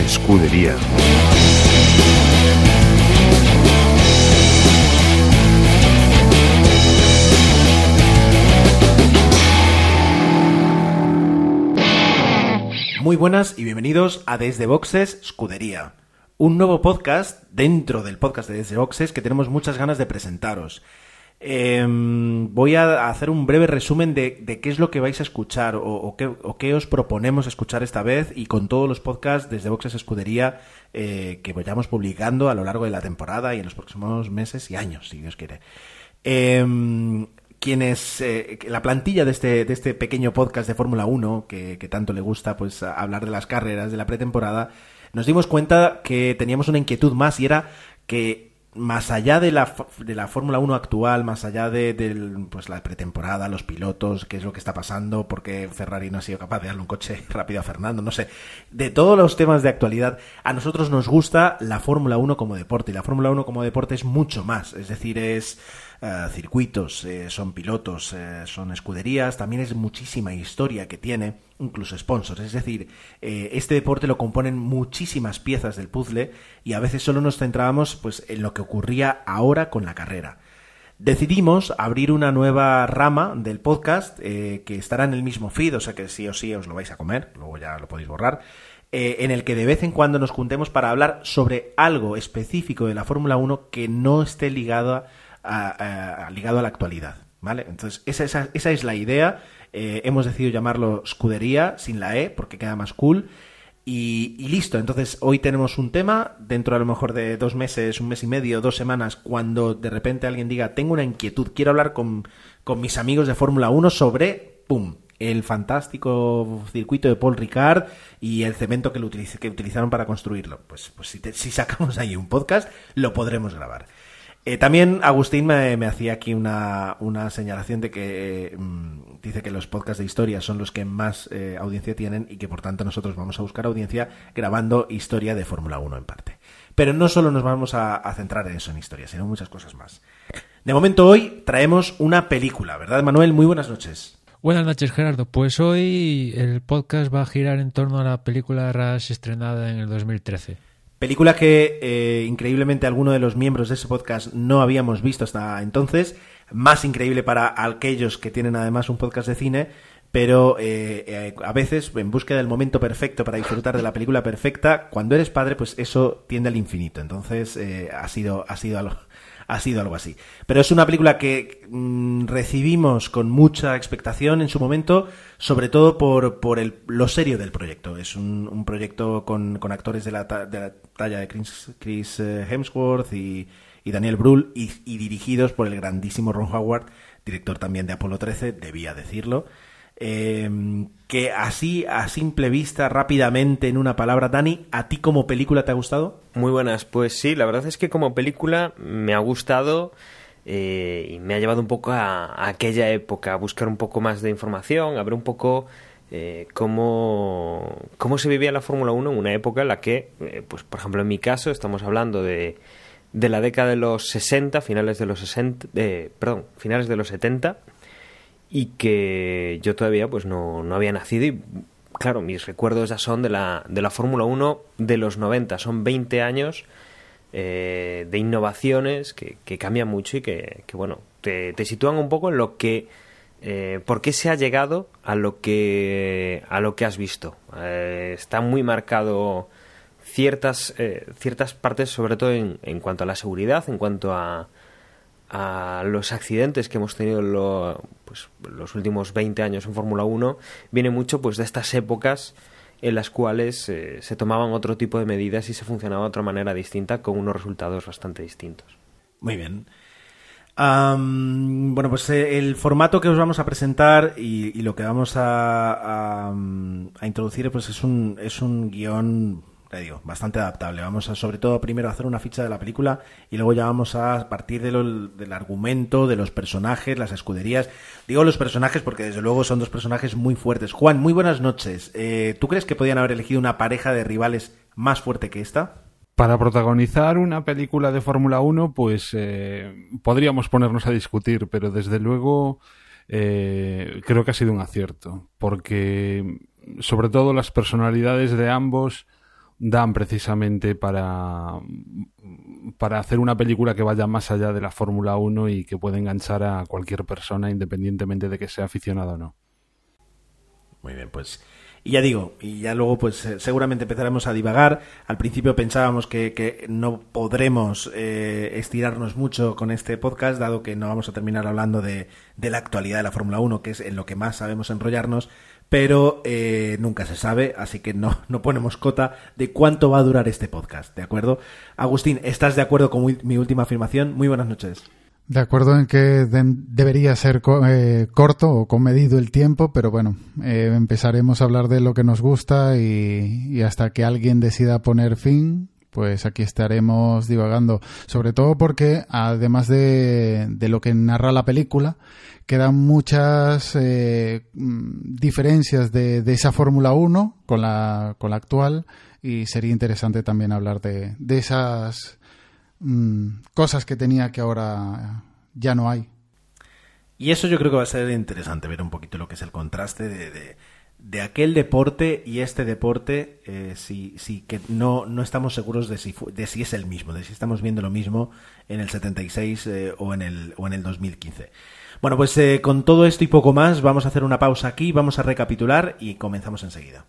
Escudería. Muy buenas y bienvenidos a Desde Boxes Escudería, un nuevo podcast dentro del podcast de Desde Boxes que tenemos muchas ganas de presentaros. Voy a hacer un breve resumen de qué es lo que vais a escuchar o qué os proponemos escuchar esta vez, y con todos los podcasts Desde Boxes Escudería que vayamos publicando a lo largo de la temporada y en los próximos meses y años, si Dios quiere. La plantilla de este pequeño podcast de Fórmula 1 que tanto le gusta pues hablar de las carreras de la pretemporada, nos dimos cuenta que teníamos una inquietud más, y era que más allá de la Fórmula 1 actual, más allá de pues la pretemporada, los pilotos, qué es lo que está pasando, por qué Ferrari no ha sido capaz de darle un coche rápido a Fernando, no sé, de todos los temas de actualidad, a nosotros nos gusta la Fórmula 1 como deporte, y la Fórmula 1 como deporte es mucho más, es decir, es circuitos, son pilotos, son escuderías, también es muchísima historia que tiene, incluso sponsors, es decir, este deporte lo componen muchísimas piezas del puzzle, y a veces solo nos centrábamos pues en lo que ocurría ahora con la carrera. Decidimos abrir una nueva rama del podcast que estará en el mismo feed, o sea que sí o sí os lo vais a comer, luego ya lo podéis borrar, en el que de vez en cuando nos juntemos para hablar sobre algo específico de la Fórmula 1 que no esté ligado a la actualidad, ¿vale? Entonces esa es la idea. Hemos decidido llamarlo Escudería sin la E porque queda más cool, y listo. Entonces hoy tenemos un tema, dentro a lo mejor de 2 meses, 1 mes y medio, 2 semanas, cuando de repente alguien diga tengo una inquietud, quiero hablar con mis amigos de Fórmula 1 sobre ¡pum!, el fantástico circuito de Paul Ricard y el cemento que utilizaron para construirlo, pues si sacamos ahí un podcast lo podremos grabar. También Agustín me hacía aquí una señalación de que dice que los podcasts de historia son los que más audiencia tienen, y que por tanto nosotros vamos a buscar audiencia grabando historia de Fórmula 1 en parte. Pero no solo nos vamos a centrar en eso, en historia, sino muchas cosas más. De momento hoy traemos una película, ¿verdad, Manuel? Muy buenas noches. Buenas noches, Gerardo. Pues hoy el podcast va a girar en torno a la película Rush, estrenada en el 2013. Película que increíblemente alguno de los miembros de ese podcast no habíamos visto hasta entonces. Más increíble para aquellos que tienen además un podcast de cine, pero a veces en búsqueda del momento perfecto para disfrutar de la película perfecta, cuando eres padre, pues eso tiende al infinito. Entonces ha sido algo así. Pero es una película que recibimos con mucha expectación en su momento, sobre todo por lo serio del proyecto. Es un proyecto con actores de la talla de Chris Hemsworth y Daniel Brühl, y dirigidos por el grandísimo Ron Howard, director también de Apolo 13, debía decirlo. Que así, a simple vista, rápidamente, en una palabra, Dani, ¿a ti como película te ha gustado? Muy buenas, pues sí, la verdad es que como película me ha gustado, y me ha llevado un poco a aquella época, a buscar un poco más de información, a ver un poco cómo se vivía la Fórmula 1 en una época en la que, pues por ejemplo en mi caso, estamos hablando de la década de los 60, finales de los 70, y que yo todavía pues no había nacido, y claro, mis recuerdos ya son de la Fórmula 1 de los 90, son 20 años de innovaciones que cambian mucho y que bueno, te sitúan un poco en lo que por qué se ha llegado a lo que has visto. Está muy marcado ciertas partes, sobre todo en cuanto a la seguridad, en cuanto a los accidentes que hemos tenido los últimos 20 años en Fórmula 1, viene mucho pues de estas épocas en las cuales se tomaban otro tipo de medidas y se funcionaba de otra manera distinta, con unos resultados bastante distintos. Muy bien. Bueno, pues el formato que os vamos a presentar y lo que vamos a introducir pues es un guión, te digo, bastante adaptable. Vamos a, sobre todo, primero hacer una ficha de la película, y luego ya vamos a partir del argumento, de los personajes, las escuderías. Digo los personajes porque desde luego son 2 personajes muy fuertes. Juan, muy buenas noches. ¿Tú crees que podían haber elegido una pareja de rivales más fuerte que esta? Para protagonizar una película de Fórmula 1, pues podríamos ponernos a discutir, pero desde luego creo que ha sido un acierto, porque sobre todo las personalidades de ambos dan precisamente para hacer una película que vaya más allá de la Fórmula 1 y que pueda enganchar a cualquier persona independientemente de que sea aficionado o no. Muy bien, pues... Y ya digo, y ya luego pues seguramente empezaremos a divagar. Al principio pensábamos que no podremos estirarnos mucho con este podcast, dado que no vamos a terminar hablando de la actualidad de la Fórmula 1, que es en lo que más sabemos enrollarnos, pero nunca se sabe, así que no ponemos cota de cuánto va a durar este podcast, ¿de acuerdo? Agustín, ¿estás de acuerdo con mi última afirmación? Muy buenas noches. De acuerdo en que debería ser corto o comedido el tiempo, pero bueno, empezaremos a hablar de lo que nos gusta y hasta que alguien decida poner fin, pues aquí estaremos divagando. Sobre todo porque, además de lo que narra la película, quedan muchas diferencias de esa Fórmula 1 con la actual, y sería interesante también hablar de esas cosas que tenía que ahora ya no hay. Y eso yo creo que va a ser interesante, ver un poquito lo que es el contraste de aquel deporte y este deporte, si que no estamos seguros de si es el mismo, de si estamos viendo lo mismo en el 76 o en el 2015. Bueno, pues con todo esto y poco más vamos a hacer una pausa aquí, vamos a recapitular y comenzamos enseguida.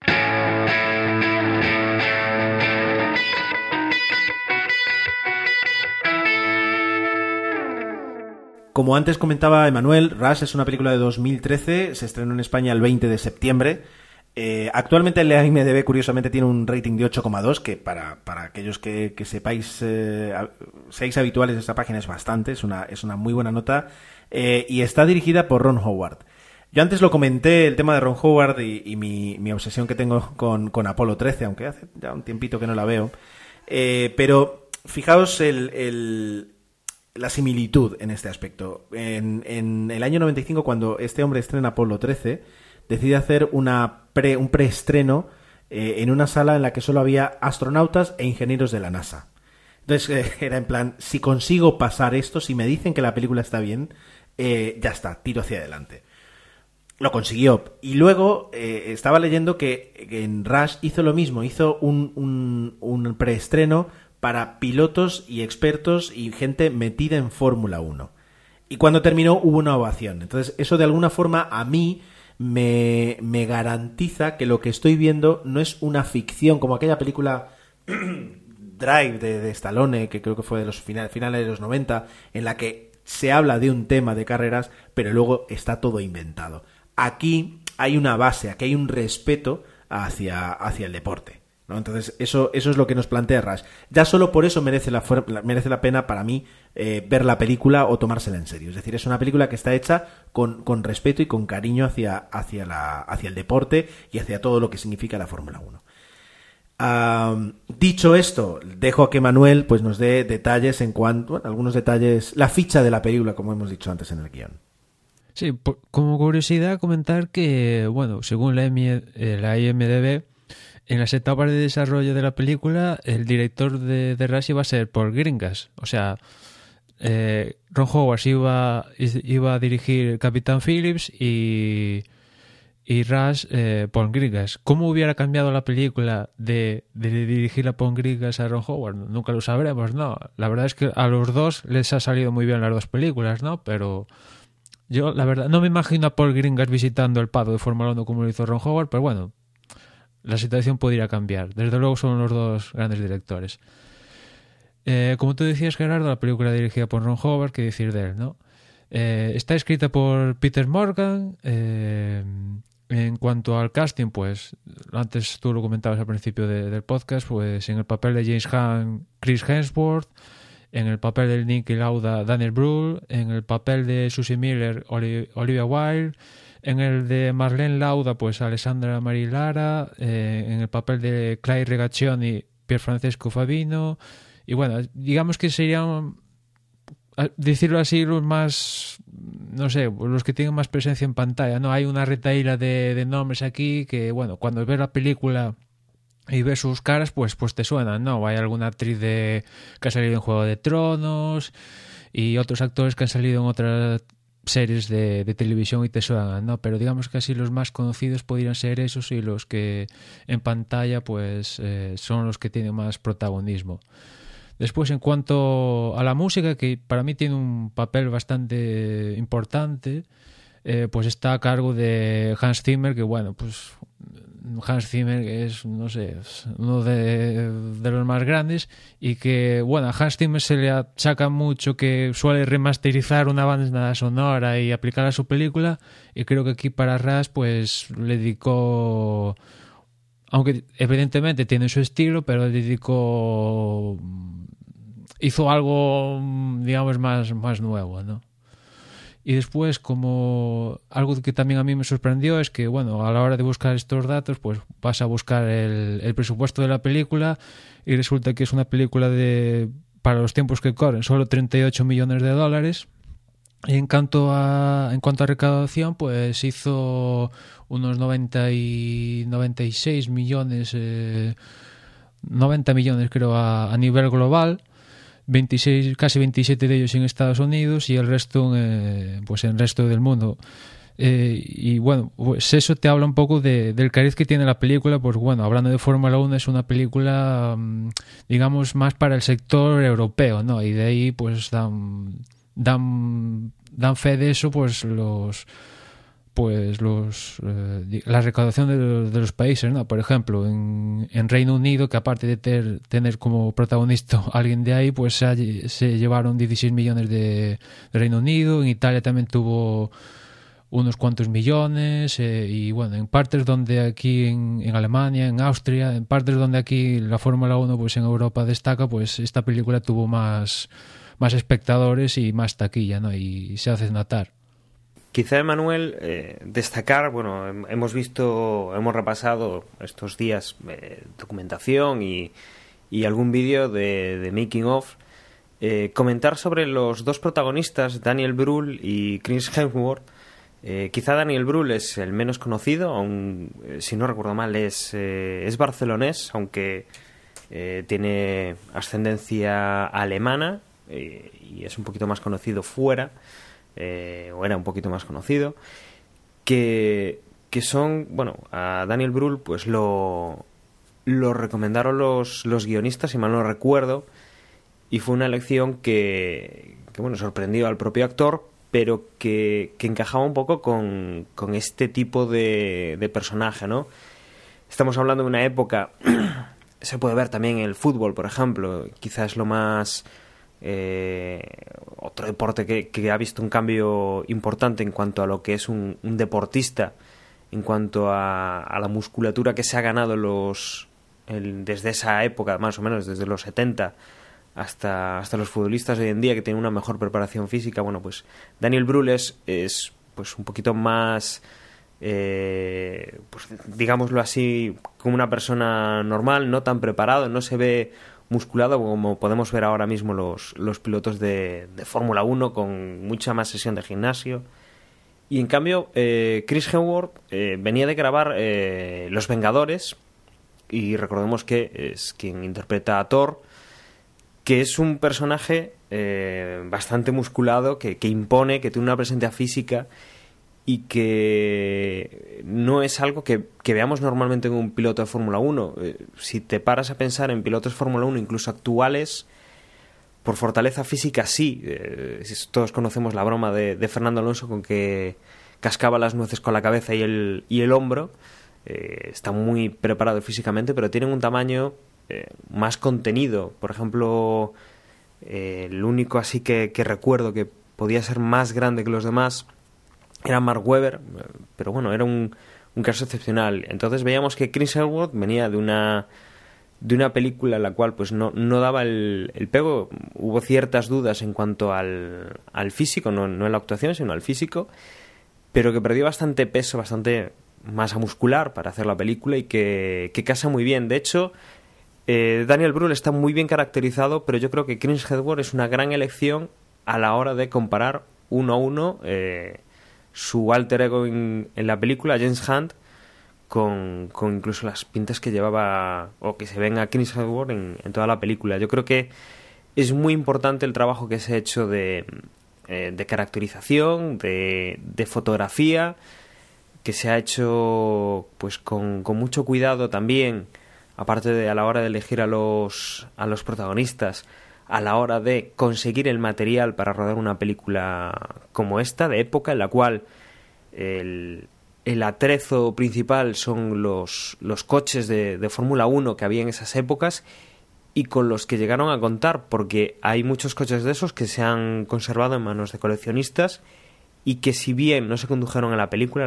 Como antes comentaba Emanuel, Rush es una película de 2013, se estrenó en España el 20 de septiembre. Actualmente el IMDb, curiosamente, tiene un rating de 8,2, que para aquellos que sepáis, seáis habituales de esta página, es bastante, es una muy buena nota, y está dirigida por Ron Howard. Yo antes lo comenté, el tema de Ron Howard y mi obsesión que tengo con Apolo 13, aunque hace ya un tiempito que no la veo, pero fijaos la similitud en este aspecto. En el año 95, cuando este hombre estrena Apolo 13, decide hacer un preestreno en una sala en la que solo había astronautas e ingenieros de la NASA. Entonces era en plan, si consigo pasar esto, si me dicen que la película está bien, ya está, tiro hacia adelante. Lo consiguió. Y luego estaba leyendo que en Rush hizo lo mismo, hizo un preestreno para pilotos y expertos y gente metida en Fórmula 1. Y cuando terminó hubo una ovación. Entonces eso de alguna forma a mí me garantiza que lo que estoy viendo no es una ficción, como aquella película Drive de Stallone, que creo que fue de los finales de los 90, en la que se habla de un tema de carreras, pero luego está todo inventado. Aquí hay una base, aquí hay un respeto hacia el deporte, ¿no? Entonces eso es lo que nos plantea Rush. Ya solo por eso merece la pena para mí ver la película o tomársela en serio. Es decir, es una película que está hecha con respeto y con cariño hacia el deporte y hacia todo lo que significa la Fórmula 1. Dicho esto, dejo a que Manuel pues nos dé detalles algunos detalles, la ficha de la película, como hemos dicho antes en el guión. Sí, como curiosidad comentar que, bueno, según la IMDb, en las etapas de desarrollo de la película, el director de Rush iba a ser Paul Greengrass. O sea, Ron Howard iba a dirigir Capitán Phillips y Rush Paul Greengrass. ¿Cómo hubiera cambiado la película de dirigir a Paul Greengrass a Ron Howard? Nunca lo sabremos, ¿no? La verdad es que a los dos les ha salido muy bien las dos películas, ¿no? Pero yo, la verdad, no me imagino a Paul Greengrass visitando el paddock de Fórmula 1 como lo hizo Ron Howard, pero bueno, la situación podría cambiar. Desde luego son los dos grandes directores. Como tú decías, Gerardo, la película dirigida por Ron Howard, ¿qué decir de él, no? Está escrita por Peter Morgan. En cuanto al casting, pues antes tú lo comentabas al principio del podcast, pues en el papel de James Hunt, Chris Hemsworth, en el papel de Niki Lauda, Daniel Brühl, en el papel de Susie Miller, Olivia Wilde, en el de Marlene Lauda, pues Alessandra Marie Lara, en el papel de Claire Regaccioni, Pierfrancesco Favino, y bueno, digamos que serían, decirlo así, los más, no sé, los que tienen más presencia en pantalla, ¿no? Hay una retahíla de nombres aquí que, bueno, cuando ves la película y ves sus caras, pues te suenan, ¿no? Hay alguna actriz que ha salido en Juego de Tronos y otros actores que han salido en series de televisión y te suenan, ¿no? Pero digamos que así los más conocidos podrían ser esos, y los que en pantalla pues son los que tienen más protagonismo. Después, en cuanto a la música, que para mí tiene un papel bastante importante, pues está a cargo de Hans Zimmer, que bueno, pues Hans Zimmer es, no sé, uno de los más grandes, y que, bueno, a Hans Zimmer se le achaca mucho que suele remasterizar una banda sonora y aplicarla a su película, y creo que aquí para Ras pues le dedicó, aunque evidentemente tiene su estilo, pero le dedicó, hizo algo, digamos, más nuevo, ¿no? Y después, como algo que también a mí me sorprendió, es que, bueno, a la hora de buscar estos datos, pues vas a buscar el presupuesto de la película, y resulta que es una película para los tiempos que corren, solo $38 millones. Y en cuanto a recaudación, pues hizo unos 96 millones, 90 millones creo a nivel global, 26, casi 27 de ellos en Estados Unidos y el resto pues en el resto del mundo. Y bueno, pues eso te habla un poco del cariz que tiene la película. Pues bueno, hablando de Fórmula 1, es una película, digamos, más para el sector europeo, ¿no? Y de ahí pues dan fe de eso pues la recaudación de los países, ¿no? Por ejemplo, en Reino Unido, que aparte de tener como protagonista alguien de ahí, pues se llevaron 16 millones de Reino Unido. En Italia también tuvo unos cuantos millones, y bueno, en partes donde aquí en Alemania, en Austria, en partes donde aquí la Fórmula 1 pues en Europa destaca, pues esta película tuvo más espectadores y más taquilla, ¿no? Y se hace notar. Quizá, Emanuel, destacar, bueno, hemos repasado estos días documentación y algún vídeo de making of, comentar sobre los dos protagonistas, Daniel Brühl y Chris Hemsworth. Quizá Daniel Brühl es el menos conocido, aun, si no recuerdo mal es barcelonés, aunque tiene ascendencia alemana, y es un poquito más conocido fuera, o era un poquito más conocido, que son, bueno, a Daniel Brühl pues lo recomendaron los guionistas, si mal no recuerdo, y fue una elección que bueno, sorprendió al propio actor, pero que encajaba un poco con este tipo de personaje, ¿no? Estamos hablando de una época, se puede ver también en el fútbol, por ejemplo, quizás lo más... otro deporte que ha visto un cambio importante en cuanto a lo que es un deportista, en cuanto a la musculatura que se ha ganado desde esa época, más o menos desde los 70 hasta los futbolistas de hoy en día, que tienen una mejor preparación física. Bueno, pues Daniel Brühl es pues un poquito más, pues digámoslo así, como una persona normal, no tan preparado, no se ve musculado como podemos ver ahora mismo los pilotos de Fórmula 1, con mucha más sesión de gimnasio. Y en cambio Chris Hemsworth venía de grabar Los Vengadores, y recordemos que es quien interpreta a Thor, que es un personaje bastante musculado, que impone, que tiene una presencia física, y que no es algo que veamos normalmente en un piloto de Fórmula 1. Si te paras a pensar en pilotos de Fórmula 1, incluso actuales, por fortaleza física sí. Todos conocemos la broma de Fernando Alonso con que cascaba las nueces con la cabeza y el hombro. Está muy preparado físicamente, pero tienen un tamaño más contenido. Por ejemplo, el único así que recuerdo que podía ser más grande que los demás era Mark Webber, pero bueno, era un caso excepcional. Entonces veíamos que Chris Hemsworth venía de una película en la cual pues no daba el pego. Hubo ciertas dudas en cuanto al físico, no en la actuación, sino al físico, pero que perdió bastante peso, bastante masa muscular para hacer la película, y que casa muy bien. De hecho, Daniel Brühl está muy bien caracterizado, pero yo creo que Chris Hemsworth es una gran elección a la hora de comparar uno a uno su alter ego en la película, James Hunt, con incluso las pintas que llevaba o que se ven a Chris Hemsworth en toda la película. Yo creo que es muy importante el trabajo que se ha hecho de de caracterización, de fotografía, que se ha hecho pues con mucho cuidado también, aparte de a la hora de elegir a los protagonistas, a la hora de conseguir el material para rodar una película como esta, de época, en la cual el atrezo principal son los coches de Fórmula 1 que había en esas épocas y con los que llegaron a contar, porque hay muchos coches de esos que se han conservado en manos de coleccionistas y que, si bien no se condujeron a la película,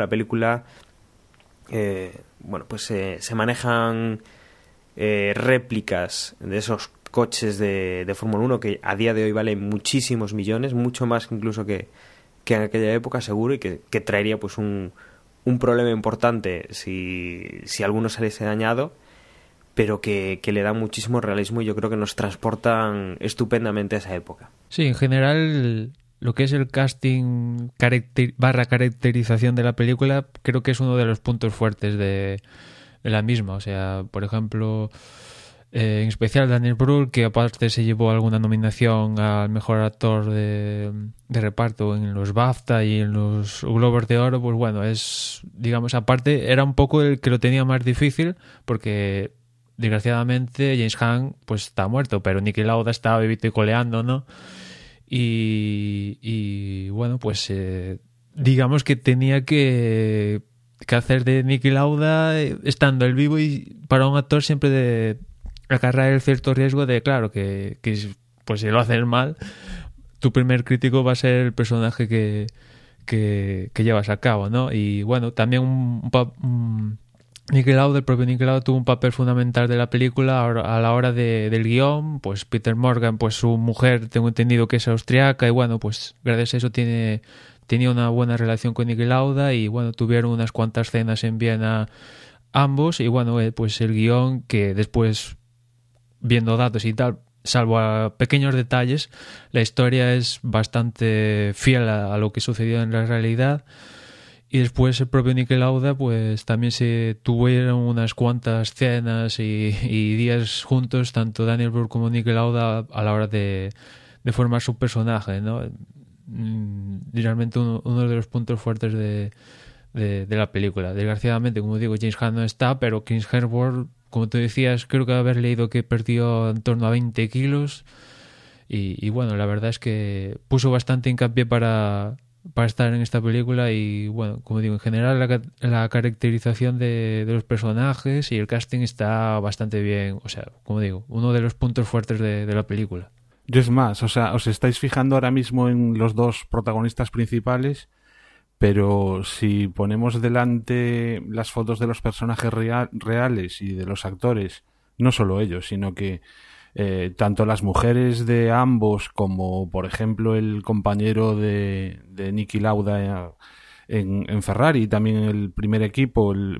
pues se manejan réplicas de esos coches de Fórmula 1 que a día de hoy valen muchísimos millones, mucho más incluso que en aquella época, seguro, y que traería pues un problema importante si alguno saliese dañado, pero que le da muchísimo realismo y yo creo que nos transportan estupendamente a esa época. Sí, en general lo que es el casting caracterización de la película creo que es uno de los puntos fuertes de la misma. O sea, por ejemplo, en especial Daniel Brühl, que aparte se llevó alguna nominación al mejor actor de reparto en los BAFTA y en los Globos de Oro, pues bueno, es, digamos, aparte era un poco el que lo tenía más difícil, porque desgraciadamente James Hunt pues está muerto, pero Niki Lauda estaba vivito y coleando, ¿no? Y bueno, pues digamos que tenía que hacer de Niki Lauda estando él vivo, y para un actor siempre acarrea el cierto riesgo de, claro, que pues si lo haces mal, tu primer crítico va a ser el personaje que llevas a cabo, ¿no? Y bueno, también el propio Niki Lauda tuvo un papel fundamental de la película a la hora del guión. Pues Peter Morgan, pues su mujer, tengo entendido que es austriaca, y bueno, pues gracias a eso tenía una buena relación con Niki Lauda, y bueno, tuvieron unas cuantas cenas en Viena ambos, y bueno, pues el guión, que después, viendo datos y tal, salvo a pequeños detalles, la historia es bastante fiel a lo que sucedió en la realidad. Y después el propio Niki Lauda, pues también se tuvieron unas cuantas cenas y días juntos, tanto Daniel Brühl como Niki Lauda, a la hora de formar su personaje, ¿no? Realmente uno de los puntos fuertes de la película. Desgraciadamente, como digo, James Hunt no está, pero Chris Hemsworth, como tú decías, creo que haber leído que perdió en torno a 20 kilos y bueno, la verdad es que puso bastante hincapié para estar en esta película. Y bueno, como digo, en general la caracterización de los personajes y el casting está bastante bien. O sea, como digo, uno de los puntos fuertes de la película. Yo es más, o sea, os estáis fijando ahora mismo en los dos protagonistas principales, pero si ponemos delante las fotos de los personajes reales y de los actores, no solo ellos, sino que tanto las mujeres de ambos como, por ejemplo, el compañero de Niki Lauda en Ferrari, y también en el primer equipo, el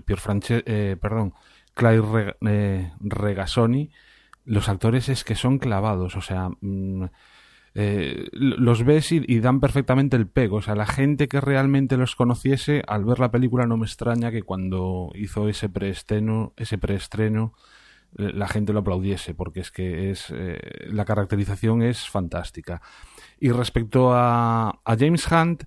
Claire Regazzoni, los actores es que son clavados, o sea, los ves y dan perfectamente el pego. O sea, la gente que realmente los conociese, al ver la película, no me extraña que cuando hizo ese preestreno, la gente lo aplaudiese, porque es que la caracterización es fantástica. Y respecto a James Hunt,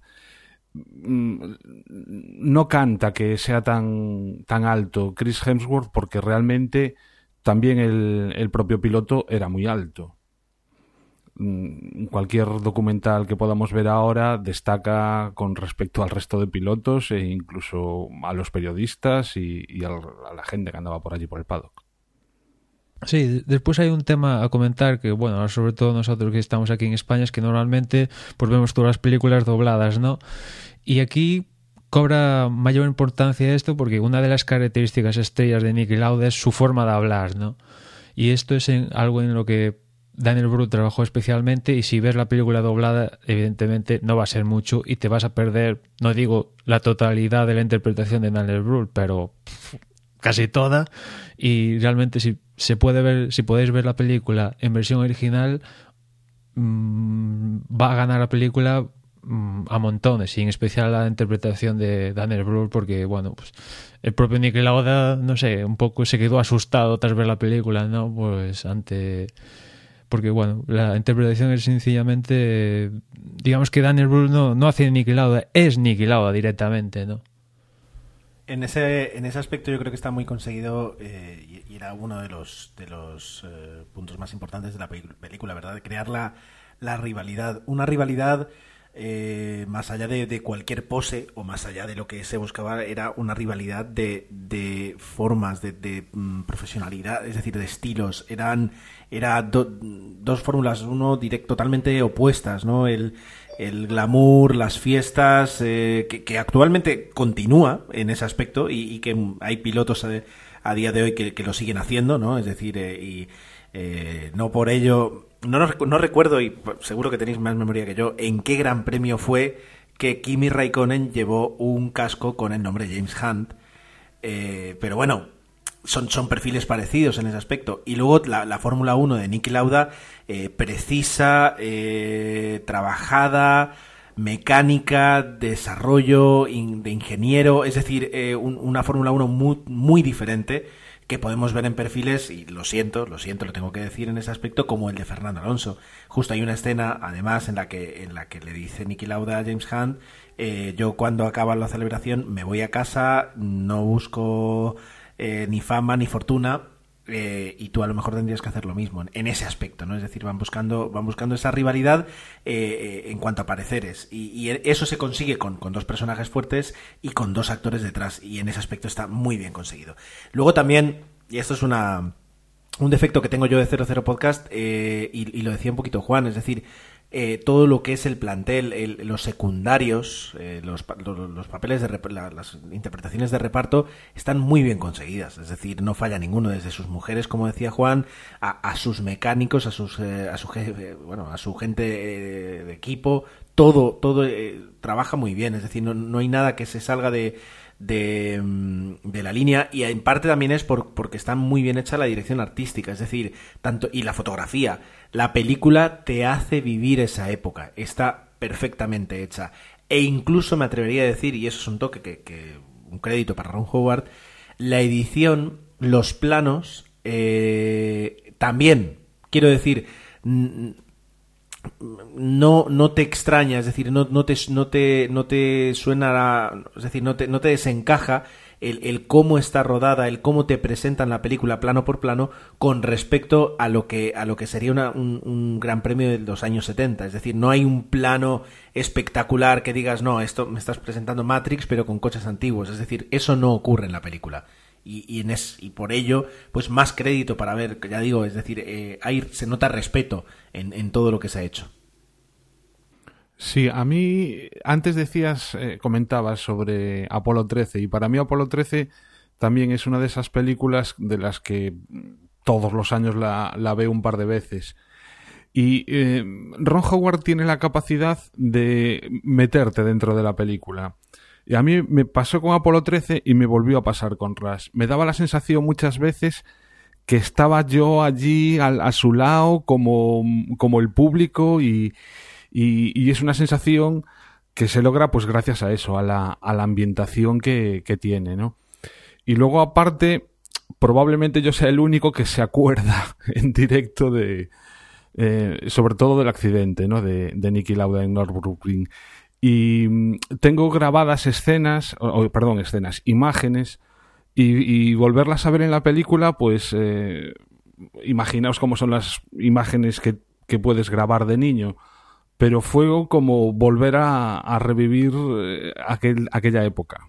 no canta que sea tan alto Chris Hemsworth, porque realmente también el propio piloto era muy alto. Cualquier documental que podamos ver ahora destaca con respecto al resto de pilotos e incluso a los periodistas y a la gente que andaba por allí por el paddock. Sí, después hay un tema a comentar que, bueno, sobre todo nosotros que estamos aquí en España, es que normalmente pues vemos todas las películas dobladas, ¿no? Y aquí cobra mayor importancia esto porque una de las características estrellas de Niki Lauda es su forma de hablar, ¿no? Y esto es algo en lo que Daniel Brühl trabajó especialmente, y si ves la película doblada, evidentemente no va a ser mucho y te vas a perder, no digo la totalidad de la interpretación de Daniel Brühl, pero casi toda. Y realmente si podéis ver la película en versión original, va a ganar la película a montones, y en especial la interpretación de Daniel Brühl, porque bueno, pues el propio Niki Lauda, no sé, un poco se quedó asustado tras ver la película, ¿no? Pues ante porque bueno, la interpretación es sencillamente, digamos que Daniel Brühl no hace Niki Lauda, es Niki Lauda directamente, ¿no? En ese aspecto yo creo que está muy conseguido y era uno de los puntos más importantes de la película, ¿verdad? De crear la rivalidad. Una rivalidad más allá de cualquier pose o más allá de lo que se buscaba, era una rivalidad de formas, de profesionalidad, es decir, de estilos. Eran dos Fórmulas 1 totalmente opuestas, ¿no? El glamour, las fiestas, que actualmente continúa en ese aspecto y que hay pilotos a día de hoy que lo siguen haciendo, ¿no? Es decir, no por ello... No recuerdo, y seguro que tenéis más memoria que yo, en qué gran premio fue que Kimi Raikkonen llevó un casco con el nombre James Hunt. Pero bueno, son perfiles parecidos en ese aspecto. Y luego la Fórmula 1 de Niki Lauda, precisa, trabajada, mecánica, desarrollo de ingeniero, es decir, una Fórmula 1 muy, muy diferente, que podemos ver en perfiles, y lo siento, lo tengo que decir en ese aspecto, como el de Fernando Alonso. Justo hay una escena, además, en la que le dice Niki Lauda a James Hunt, yo cuando acaba la celebración me voy a casa, no busco ni fama ni fortuna, y tú a lo mejor tendrías que hacer lo mismo en ese aspecto, ¿no? Es decir, van buscando esa rivalidad en cuanto a pareceres, y eso se consigue con dos personajes fuertes y con dos actores detrás, y en ese aspecto está muy bien conseguido. Luego también, y esto es un defecto que tengo yo de 00 Podcast, y lo decía un poquito Juan, es decir, todo lo que es el plantel, los secundarios, los papeles las interpretaciones de reparto están muy bien conseguidas, es decir, no falla ninguno, desde sus mujeres, como decía Juan, a sus mecánicos, a su gente de equipo, todo trabaja muy bien, es decir, no hay nada que se salga de la línea, y en parte también es porque está muy bien hecha la dirección artística, es decir, y la fotografía. La película te hace vivir esa época, está perfectamente hecha, e incluso me atrevería a decir, y eso es un toque que un crédito para Ron Howard, la edición, los planos, también, quiero decir, no te extraña, es decir, no te suena, es decir, no te desencaja el cómo está rodada, el cómo te presentan la película plano por plano con respecto a lo que sería un gran premio de los años 70, es decir, no hay un plano espectacular que digas, no, esto me estás presentando Matrix pero con coches antiguos, es decir, eso no ocurre en la película. Y por ello, pues más crédito para ver, ya digo, es decir, se nota respeto en todo lo que se ha hecho. Sí, a mí, antes comentabas sobre Apolo 13, y para mí Apolo 13 también es una de esas películas de las que todos los años la veo un par de veces. Y Ron Howard tiene la capacidad de meterte dentro de la película. Y a mí me pasó con Apolo 13 y me volvió a pasar con Rush. Me daba la sensación muchas veces que estaba yo allí a su lado como el público, y es una sensación que se logra pues gracias a eso, a la ambientación que tiene, ¿no? Y luego, aparte, probablemente yo sea el único que se acuerda en directo sobre todo del accidente, ¿no? de Niki Lauda en Nürburgring. Y tengo grabadas imágenes, y volverlas a ver en la película, pues imaginaos cómo son las imágenes que puedes grabar de niño, pero fue como volver a revivir aquella época.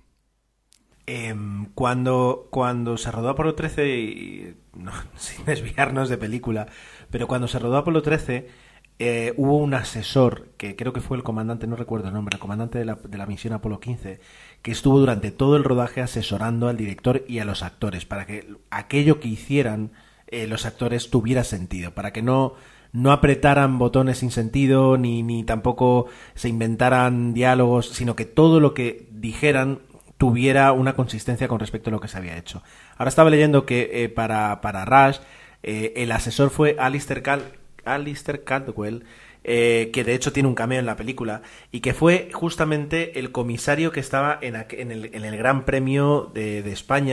Cuando se rodó Apolo 13, sin desviarnos de película, pero cuando se rodó Apolo 13, hubo un asesor, que creo que fue el comandante, no recuerdo el nombre, el comandante de la misión Apolo 15, que estuvo durante todo el rodaje asesorando al director y a los actores, para que aquello que hicieran los actores tuviera sentido, para que no apretaran botones sin sentido, ni tampoco se inventaran diálogos, sino que todo lo que dijeran tuviera una consistencia con respecto a lo que se había hecho. Ahora estaba leyendo que para Rush el asesor fue Alistair Caldwell, que de hecho tiene un cameo en la película, y que fue justamente el comisario que estaba en el Gran Premio de España,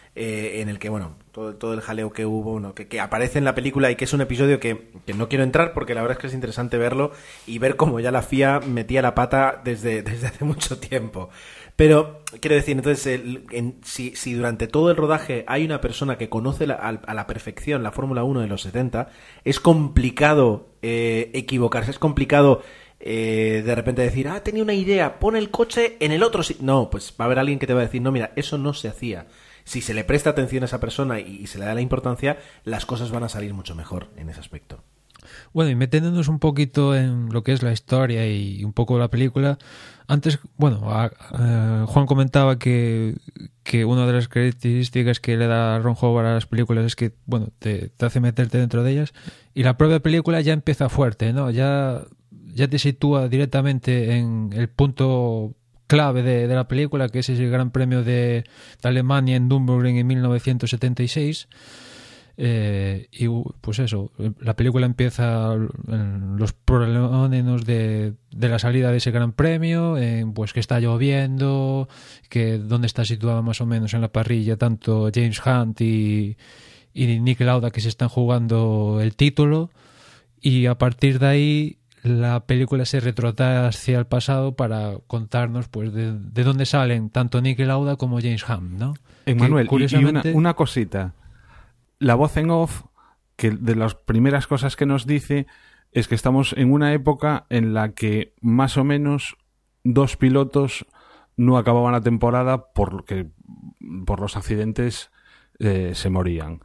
en el que, bueno, todo el jaleo que hubo, bueno, que aparece en la película y que es un episodio que no quiero entrar porque la verdad es que es interesante verlo y ver cómo ya la FIA metía la pata desde hace mucho tiempo. Pero, quiero decir, entonces, si durante todo el rodaje hay una persona que conoce a la perfección la Fórmula 1 de los 70, es complicado equivocarse, es complicado de repente decir, tenía una idea, pon el coche en el otro sitio. No, pues va a haber alguien que te va a decir, no, mira, eso no se hacía. Si se le presta atención a esa persona y se le da la importancia, las cosas van a salir mucho mejor en ese aspecto. Bueno, y metiéndonos un poquito en lo que es la historia y un poco la película, antes, bueno, Juan comentaba que una de las características que le da Ron Howard a las películas es que, bueno, te hace meterte dentro de ellas, y la propia película ya empieza fuerte, ¿no? Ya te sitúa directamente en el punto clave de la película, que es ese Gran Premio de Alemania en Nürburgring en 1976. Y pues eso, la película empieza en los prolegómenos de la salida de ese Gran Premio, pues que está lloviendo, que dónde está situado más o menos en la parrilla tanto James Hunt y Niki Lauda, que se están jugando el título, y a partir de ahí la película se retrotrae hacia el pasado para contarnos pues de dónde salen tanto Niki Lauda como James Hunt, ¿no? Emmanuel, curiosamente... y una cosita. La voz en off, que de las primeras cosas que nos dice es que estamos en una época en la que más o menos 2 pilotos no acababan la temporada porque por los accidentes se morían.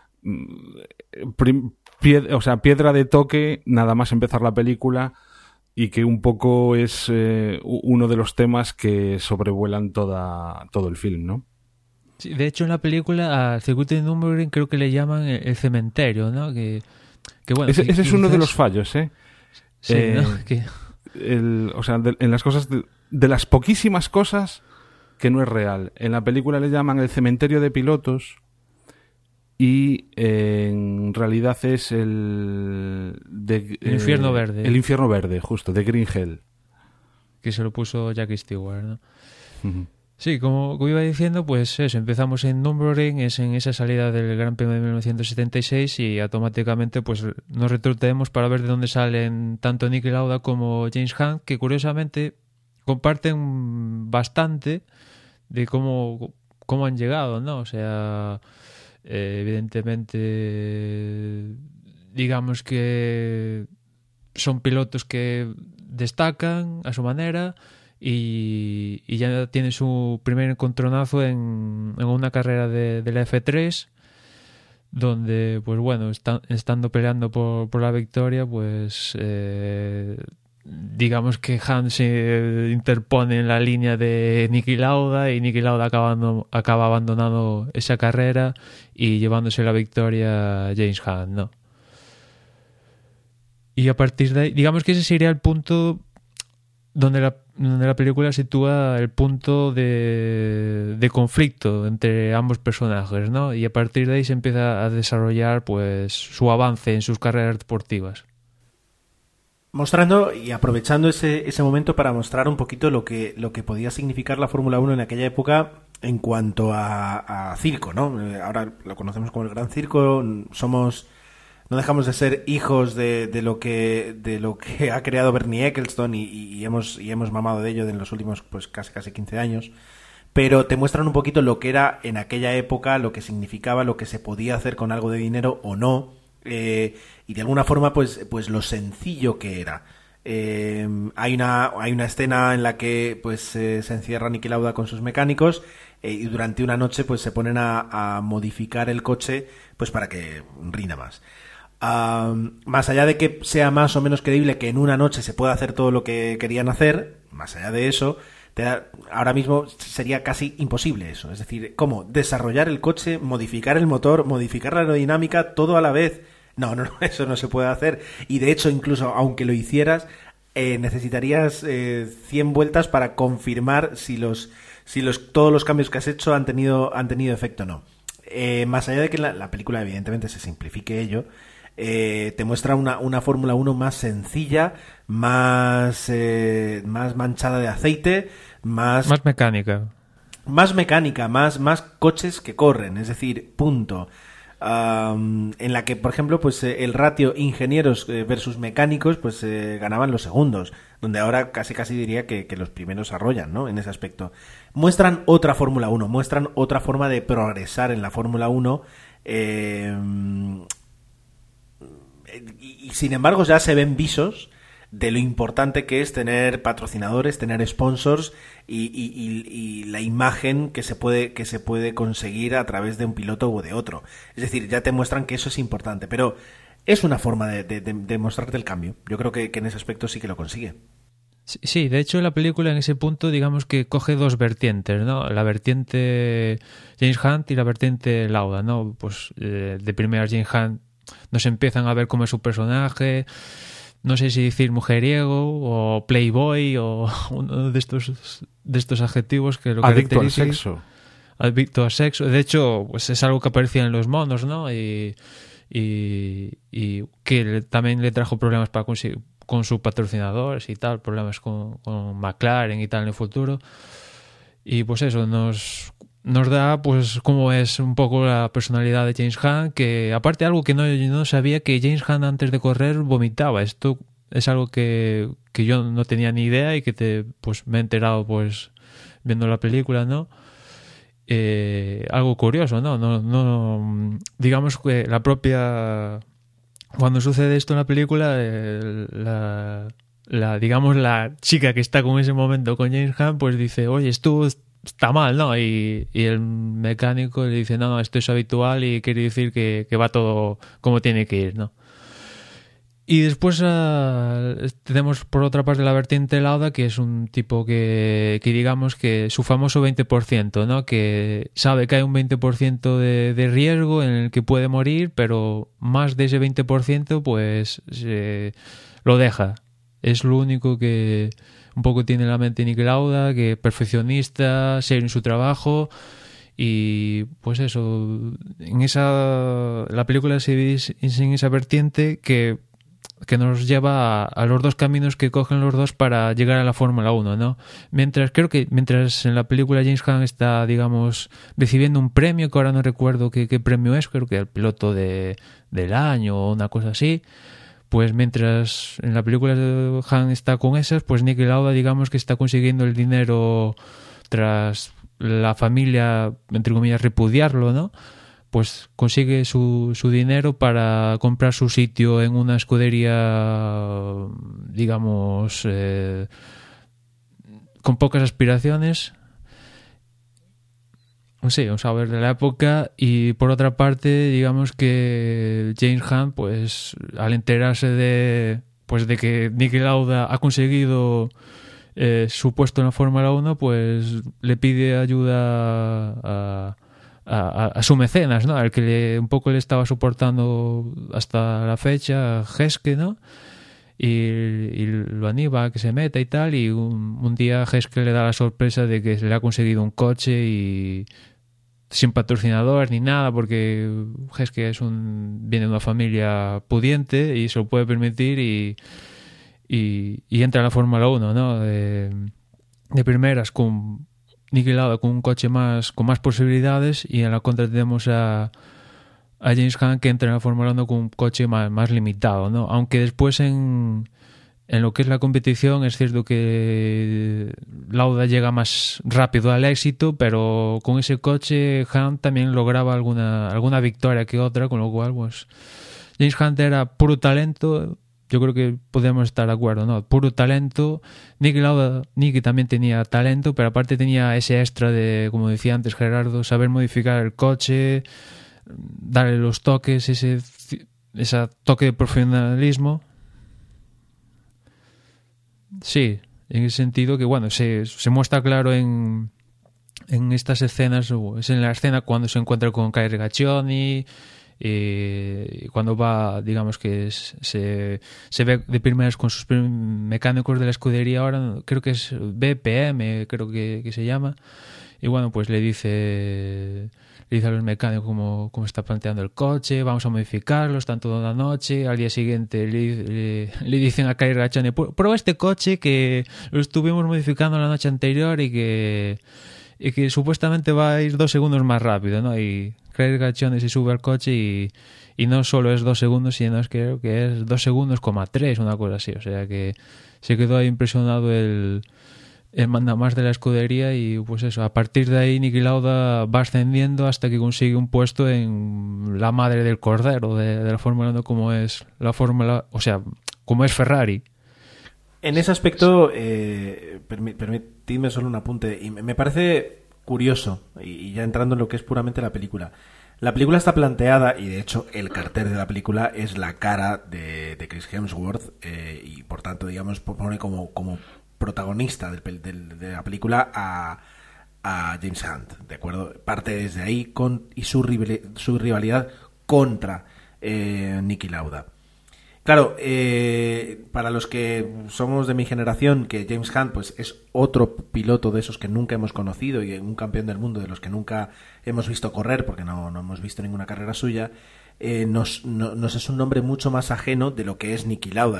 Piedra de toque nada más empezar la película, y que un poco es uno de los temas que sobrevuelan todo el film, ¿no? Sí, de hecho en la película al circuito de Nürburgring creo que le llaman el cementerio, ¿no? Que bueno, ese es uno de los fallos, ¿eh? Sí, ¿no? En las cosas de las poquísimas cosas que no es real. En la película le llaman el cementerio de pilotos y en realidad es el infierno verde. El infierno verde, justo, de Green Hell. Que se lo puso Jackie Stewart, ¿no? Uh-huh. Sí, como iba diciendo, pues eso, empezamos en Nürburgring, es en esa salida del Gran Premio de 1976, y automáticamente pues nos retrotraemos para ver de dónde salen tanto Niki Lauda como James Hunt, que curiosamente comparten bastante de cómo han llegado, ¿no? O sea, evidentemente, digamos que son pilotos que destacan a su manera, y ya tiene su primer encontronazo en una carrera de la F3, donde, pues bueno, estando peleando por la victoria, pues digamos que Hunt se interpone en la línea de Niki Lauda, y Niki Lauda acaba abandonando esa carrera y llevándose la victoria a James Hunt, ¿no? Y a partir de ahí, digamos que ese sería el punto donde la película sitúa el punto de conflicto entre ambos personajes, ¿no? Y a partir de ahí se empieza a desarrollar pues su avance en sus carreras deportivas. Mostrando y aprovechando ese momento para mostrar un poquito lo que podía significar la Fórmula 1 en aquella época en cuanto a circo, ¿no? Ahora lo conocemos como el Gran Circo, no dejamos de ser hijos de lo que ha creado Bernie Ecclestone y hemos mamado de ello en los últimos pues casi 15 años, pero te muestran un poquito lo que era en aquella época, lo que significaba, lo que se podía hacer con algo de dinero o no, y de alguna forma pues lo sencillo que era. Hay una escena en la que pues se encierra Niki Lauda con sus mecánicos, y durante una noche pues se ponen a modificar el coche pues para que rinda más. Más allá de que sea más o menos creíble que en una noche se pueda hacer todo lo que querían hacer, más allá de eso, ahora mismo sería casi imposible eso. Es decir, ¿cómo? Desarrollar el coche, modificar el motor, modificar la aerodinámica, todo a la vez. No, eso no se puede hacer. Y de hecho, incluso aunque lo hicieras, necesitarías 100 vueltas para confirmar si todos los cambios que has hecho han tenido efecto o no. Más allá de que la película evidentemente se simplifique ello, te muestra una Fórmula 1 más sencilla, más manchada de aceite, más mecánica. más mecánica, más coches que corren, es decir, punto. En la que, por ejemplo, pues el ratio ingenieros versus mecánicos, pues ganaban los segundos, donde ahora casi diría que los primeros arrollan, ¿no? En ese aspecto. Muestran otra Fórmula 1, muestran otra forma de progresar en la Fórmula 1, y sin embargo ya se ven visos de lo importante que es tener patrocinadores, tener sponsors y la imagen que se puede conseguir a través de un piloto o de otro. Es decir, ya te muestran que eso es importante, pero es una forma de mostrarte el cambio. Yo creo que en ese aspecto sí que lo consigue. Sí, de hecho la película en ese punto digamos que coge dos vertientes, ¿no? La vertiente James Hunt y la vertiente Lauda, ¿no? Pues de primeras James Hunt nos empiezan a ver cómo es su personaje, no sé si decir mujeriego o playboy o uno de estos adjetivos que lo adicto caracteriza. al sexo. Adicto al sexo. De hecho, pues es algo que aparecía en los monos, ¿no? Y que también le trajo problemas para conseguir con sus patrocinadores y tal, problemas con McLaren y tal en el futuro. Y pues eso nos da pues cómo es un poco la personalidad de James Hunt, que aparte algo que no sabía, que James Hunt antes de correr vomitaba. Esto es algo que yo no tenía ni idea y que pues me he enterado pues viendo la película, ¿no? Algo curioso, ¿no? No digamos que la propia, cuando sucede esto en la película, digamos la chica que está con ese momento con James Hunt pues dice, oye, esto está mal, ¿no? Y el mecánico le dice, no, esto es habitual y quiere decir que va todo como tiene que ir, ¿no? Y después tenemos por otra parte la vertiente Lauda, que es un tipo que digamos que su famoso 20%, ¿no? Que sabe que hay un 20% de riesgo en el que puede morir, pero más de ese 20% pues lo deja. Es lo único que un poco tiene la mente Niki Lauda, que perfeccionista, serio en su trabajo. Y pues eso, la película se divide en esa vertiente que nos lleva a los dos caminos que cogen los dos para llegar a la Fórmula 1, ¿no? Creo que mientras en la película James Hunt está, digamos, recibiendo un premio, que ahora no recuerdo qué premio es, creo que el piloto del año o una cosa así, pues mientras en la película Hunt está con esas, pues Niki Lauda, digamos, que está consiguiendo el dinero tras la familia, entre comillas, repudiarlo, ¿no? Pues consigue su dinero para comprar su sitio en una escudería, digamos, con pocas aspiraciones. Sí, vamos a ver de la época. Y por otra parte, digamos que James Hunt, pues al enterarse de que Niki Lauda ha conseguido su puesto en la Fórmula 1, pues le pide ayuda a su mecenas, ¿no? Al que un poco le estaba soportando hasta la fecha, Heskey, ¿no? Y lo anima a que se meta y tal, y un día Heskey le da la sorpresa de que se le ha conseguido un coche y sin patrocinador ni nada, porque Heskey viene de una familia pudiente y se lo puede permitir y entra a la Fórmula 1, ¿no? De primeras con Niki Lauda con un coche con más posibilidades, y en la contra tenemos a James Hunt, que entra en la Fórmula 1 con un coche más limitado, ¿no? Aunque después en lo que es la competición es cierto que Lauda llega más rápido al éxito, pero con ese coche Hunt también lograba alguna victoria que otra, con lo cual pues James Hunt era puro talento. Yo creo que podemos estar de acuerdo, ¿no? Puro talento. Niki también tenía talento, pero aparte tenía ese extra de, como decía antes Gerardo, saber modificar el coche, darle los toques, ese toque de profesionalismo. Sí, en ese sentido que, bueno, se muestra claro en estas escenas, es en la escena cuando se encuentra con Kai Regazzoni, cuando va, digamos que se ve de primeras con sus mecánicos de la escudería, ahora creo que es BPM, creo que se llama, y bueno, pues le dice a los mecánicos cómo está planteando el coche, vamos a modificarlo, están toda la noche, al día siguiente le dicen a Kai Regazzoni, prueba este coche que lo estuvimos modificando la noche anterior y que y que supuestamente va a ir 2 segundos más rápido, ¿no? Y Craig Gachone se sube al coche y no solo es 2 segundos, sino es creo que es 2 segundos, 3, una cosa así. O sea que se quedó ahí impresionado el mandamás de la escudería y pues eso, a partir de ahí Niki Lauda va ascendiendo hasta que consigue un puesto en la madre del cordero de la Fórmula 1 como es la Fórmula, o sea, como es Ferrari. En ese aspecto, permitidme solo un apunte, y me parece curioso, y ya entrando en lo que es puramente la película. La película está planteada, y de hecho el cartel de la película es la cara de Chris Hemsworth, y por tanto, digamos, pone como protagonista de la película a James Hunt, ¿de acuerdo? Parte desde ahí y su rivalidad contra Niki Lauda. Claro, para los que somos de mi generación, que James Hunt pues es otro piloto de esos que nunca hemos conocido y un campeón del mundo de los que nunca hemos visto correr, porque no hemos visto ninguna carrera suya, nos es un nombre mucho más ajeno de lo que es Niki Lauda,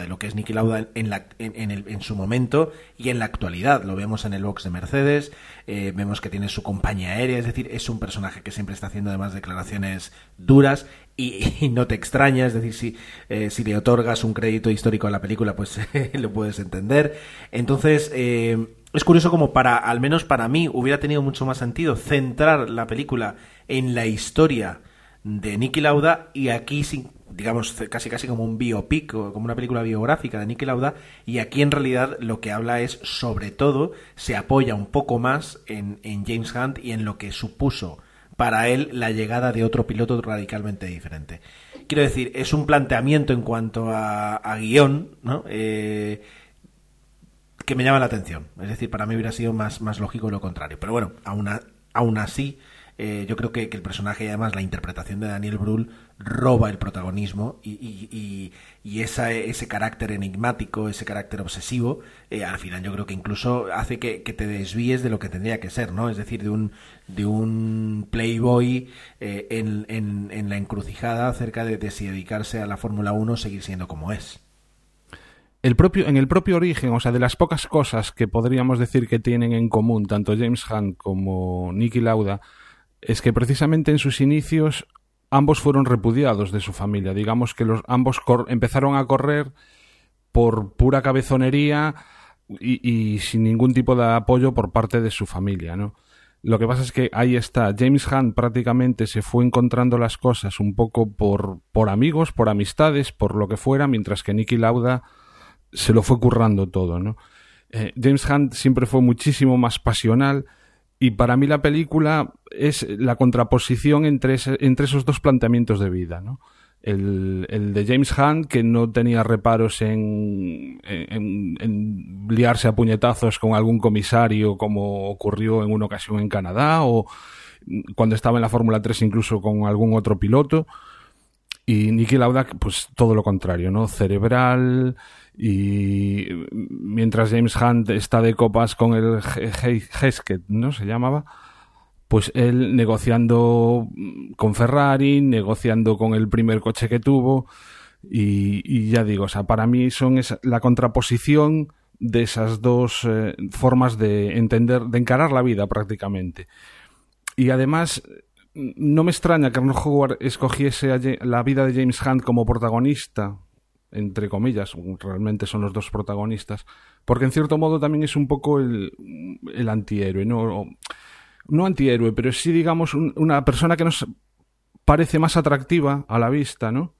en su momento y en la actualidad. Lo vemos en el box de Mercedes, vemos que tiene su compañía aérea, es decir, es un personaje que siempre está haciendo además declaraciones duras y no te extraña, es decir, si le otorgas un crédito histórico a la película, pues lo puedes entender. Entonces, es curioso como al menos para mí, hubiera tenido mucho más sentido centrar la película en la historia de Niki Lauda, y aquí digamos casi como un biopic o como una película biográfica de Niki Lauda, y aquí en realidad lo que habla es, sobre todo, se apoya un poco más en James Hunt y en lo que supuso para él la llegada de otro piloto radicalmente diferente. Quiero decir, es un planteamiento en cuanto a guión, ¿no? Que me llama la atención. Es decir, para mí hubiera sido más lógico lo contrario. Pero bueno, aún así, yo creo que el personaje y además la interpretación de Daniel Brühl roba el protagonismo y ese carácter enigmático, ese carácter obsesivo, al final yo creo que incluso hace que te desvíes de lo que tendría que ser, ¿no? Es decir, de un playboy en la encrucijada acerca de si dedicarse a la Fórmula 1 o seguir siendo como es. En el propio origen, o sea, de las pocas cosas que podríamos decir que tienen en común tanto James Hunt como Niki Lauda, es que precisamente en sus inicios ambos fueron repudiados de su familia. Digamos que ambos empezaron a correr por pura cabezonería y sin ningún tipo de apoyo por parte de su familia, ¿no? Lo que pasa es que ahí está, James Hunt prácticamente se fue encontrando las cosas un poco por amigos, por amistades, por lo que fuera, mientras que Niki Lauda se lo fue currando todo, ¿no? James Hunt siempre fue muchísimo más pasional. Y para mí la película es la contraposición entre esos dos planteamientos de vida, ¿no? El de James Hunt, que no tenía reparos en liarse a puñetazos con algún comisario, como ocurrió en una ocasión en Canadá, o cuando estaba en la Fórmula 3 incluso con algún otro piloto. Y Niki Lauda, pues todo lo contrario, ¿no? Cerebral, y mientras James Hunt está de copas con el Hesketh, ¿no? Se llamaba, pues él negociando con Ferrari, negociando con el primer coche que tuvo, y ya digo, o sea, para mí son la contraposición de esas dos formas de entender, de encarar la vida prácticamente. Y además, no me extraña que Ron Howard escogiese la vida de James Hunt como protagonista, entre comillas, realmente son los dos protagonistas, porque en cierto modo también es un poco el antihéroe, ¿no? No antihéroe, pero sí, digamos, una persona que nos parece más atractiva a la vista, ¿no?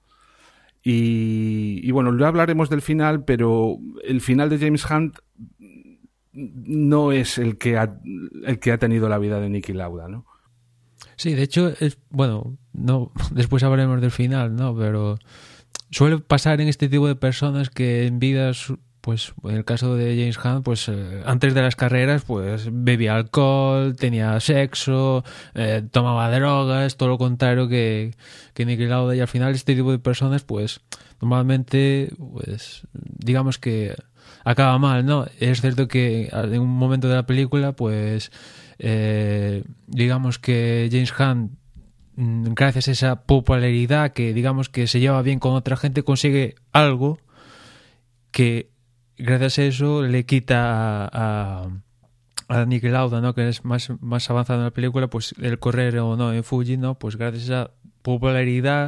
Y bueno, ya hablaremos del final, pero el final de James Hunt no es el que ha tenido la vida de Niki Lauda, ¿no? Sí, de hecho, no, después hablaremos del final, ¿no? Pero suele pasar en este tipo de personas que en vidas, pues en el caso de James Hunt, pues antes de las carreras, pues bebía alcohol, tenía sexo, tomaba drogas, todo lo contrario que Niki Lauda, y al final este tipo de personas, pues normalmente, pues digamos que acaba mal, ¿no? Es cierto que en un momento de la película, pues digamos que James Hunt, gracias a esa popularidad que digamos que se lleva bien con otra gente, consigue algo que gracias a eso le quita a Niki Lauda, ¿no? Que es más avanzado en la película, pues el correr o no en Fuji, ¿no? Pues gracias a popularidad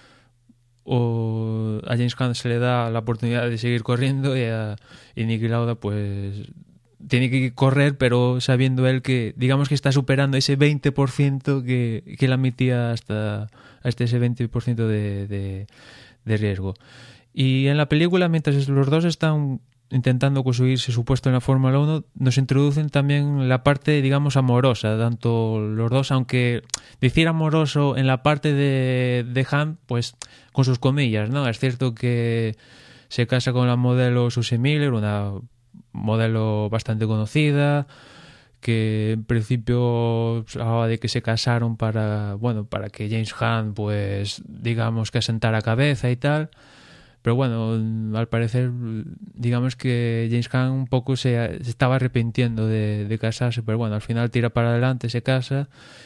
o a James Hunt se le da la oportunidad de seguir corriendo y Niki Lauda pues tiene que correr, pero sabiendo él que digamos que está superando ese 20% que él admitía hasta ese 20% de riesgo. Y en la película, mientras los dos están intentando conseguirse su puesto en la Fórmula 1, nos introducen también la parte, digamos, amorosa, tanto los dos, aunque decir amoroso en la parte de Hunt, pues con sus comillas, ¿no? Es cierto que se casa con la modelo Susie Miller, una modelo bastante conocida, que en principio hablaba de que se casaron para que James Hunt, pues digamos que asentara cabeza y tal. Pero bueno, al parecer, digamos que James Hunt un poco se estaba arrepintiendo de casarse, pero bueno, al final tira para adelante, se casa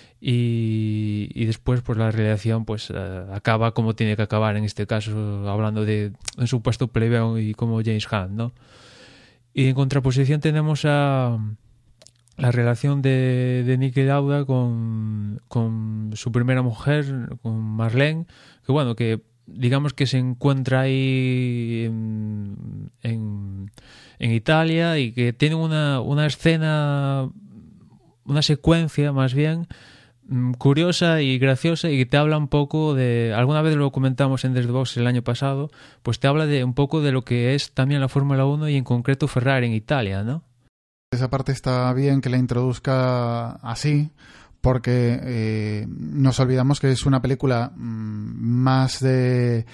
y después pues la relación pues acaba como tiene que acabar, en este caso hablando de un supuesto plebeo y como James Hunt, ¿no? Y en contraposición tenemos a la relación de Niki Lauda con su primera mujer, con Marlene, que bueno, que digamos que se encuentra ahí en Italia y que tiene una escena, una secuencia más bien curiosa y graciosa y que te habla un poco de, alguna vez lo comentamos en Desde Box el año pasado, pues te habla de un poco de lo que es también la Fórmula 1 y en concreto Ferrari en Italia, ¿no? Esa parte está bien que la introduzca así, porque nos olvidamos que es una película más de...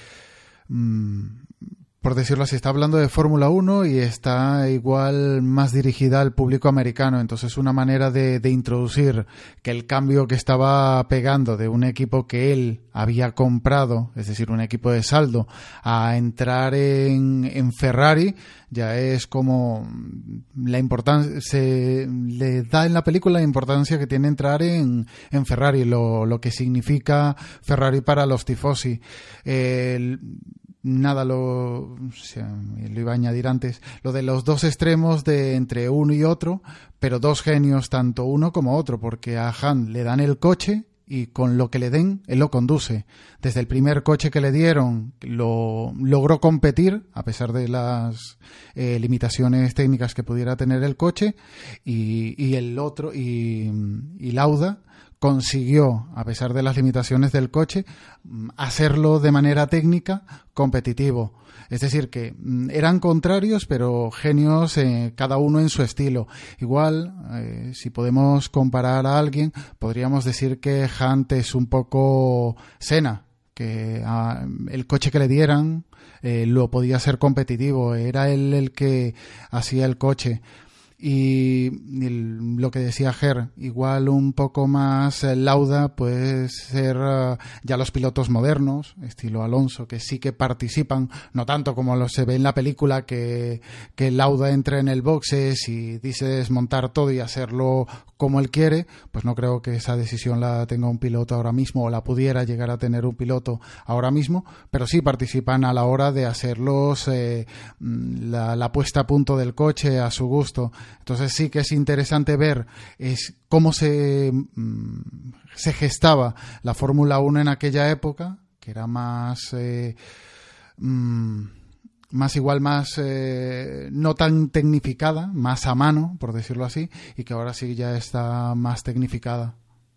por decirlo así, está hablando de Fórmula 1 y está igual más dirigida al público americano. Entonces, una manera de introducir que el cambio que estaba pegando de un equipo que él había comprado, es decir, un equipo de saldo, a entrar en Ferrari, ya es como la importancia, se le da en la película la importancia que tiene entrar en Ferrari, lo que significa Ferrari para los tifosi. Nada, lo iba a añadir antes, lo de los dos extremos de entre uno y otro, pero dos genios, tanto uno como otro, porque a Hunt le dan el coche y con lo que le den, él lo conduce. Desde el primer coche que le dieron, lo logró competir, a pesar de las limitaciones técnicas que pudiera tener el coche, y el otro, y Lauda consiguió, a pesar de las limitaciones del coche, hacerlo de manera técnica competitivo. Es decir, que eran contrarios, pero genios, cada uno en su estilo. Igual, si podemos comparar a alguien, podríamos decir que Hunt es un poco Senna, que el coche que le dieran lo podía ser competitivo, era él el que hacía el coche. Y lo que decía Ger, igual un poco más Lauda puede ser ya los pilotos modernos, estilo Alonso, que sí que participan, no tanto como se ve en la película, que Lauda entra en el boxes y dice desmontar todo y hacerlo como él quiere. Pues no creo que esa decisión la tenga un piloto ahora mismo, o la pudiera llegar a tener un piloto ahora mismo, pero sí participan a la hora de hacerlos la puesta a punto del coche a su gusto. Entonces sí que es interesante ver cómo se gestaba la Fórmula 1 en aquella época, que era más no tan tecnificada, más a mano, por decirlo así, y que ahora sí ya está más tecnificada.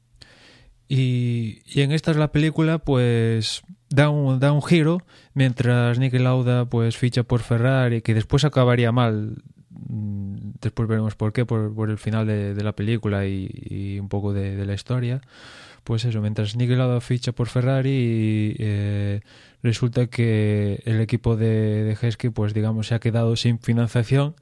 Y en esta es la película, pues da un giro, mientras Niki Lauda pues ficha por Ferrari, que después acabaría mal. Después veremos por qué, por el final de la película y un poco de la historia. Pues eso, mientras Niki Lauda ficha por Ferrari, resulta que el equipo de Heskey, pues digamos, se ha quedado sin financiación.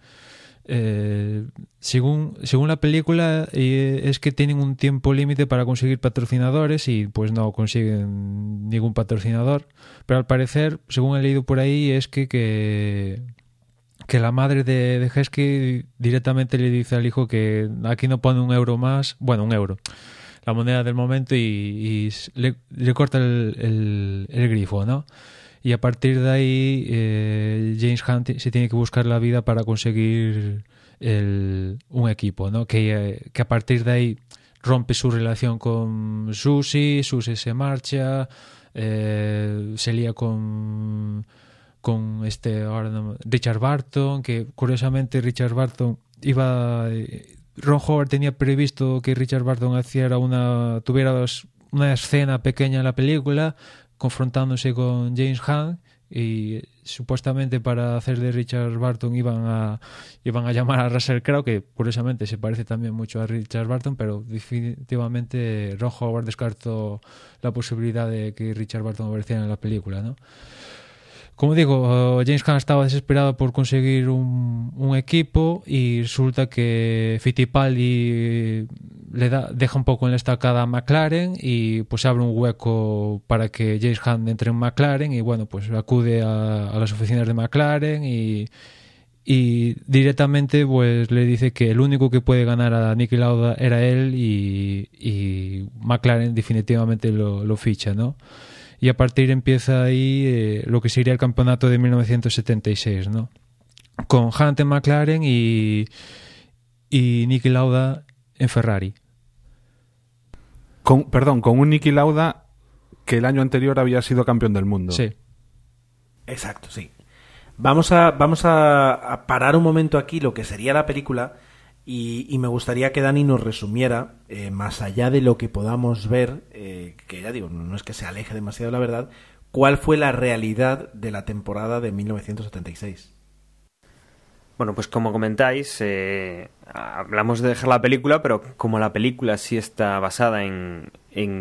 Según la película, es que tienen un tiempo límite para conseguir patrocinadores y pues no consiguen ningún patrocinador. Pero al parecer, según he leído por ahí, es que la madre de Heskey directamente le dice al hijo que aquí no pone un euro más, bueno, un euro, la moneda del momento, y le corta el grifo, ¿no? Y a partir de ahí James Hunt se tiene que buscar la vida para conseguir un equipo, ¿no? Que a partir de ahí rompe su relación con Susie se marcha, se lía con Richard Barton, que curiosamente Richard Barton Ron Howard tenía previsto que Richard Barton tuviera una escena pequeña en la película confrontándose con James Hunt, y supuestamente para hacer de Richard Barton iban a llamar a Russell Crowe, que curiosamente se parece también mucho a Richard Barton, pero definitivamente Ron Howard descartó la posibilidad de que Richard Barton apareciera en la película, ¿no? Como digo, James Hunt estaba desesperado por conseguir un equipo, y resulta que Fittipaldi deja un poco en la estacada a McLaren, y pues abre un hueco para que James Hunt entre en McLaren, y bueno, pues acude a las oficinas de McLaren y directamente pues le dice que el único que puede ganar a Niki Lauda era él, y McLaren definitivamente lo ficha, ¿no? Y a partir empieza ahí lo que sería el campeonato de 1976, ¿no? Con Hunt en McLaren y Niki Lauda en Ferrari. Con un Niki Lauda que el año anterior había sido campeón del mundo. Sí. Exacto, sí. Vamos a parar un momento aquí lo que sería la película, y me gustaría que Dani nos resumiera, más allá de lo que podamos ver, que ya digo, no es que se aleje demasiado de la verdad, cuál fue la realidad de la temporada de 1976. Bueno, pues como comentáis, hablamos de dejar la película, pero como la película sí está basada en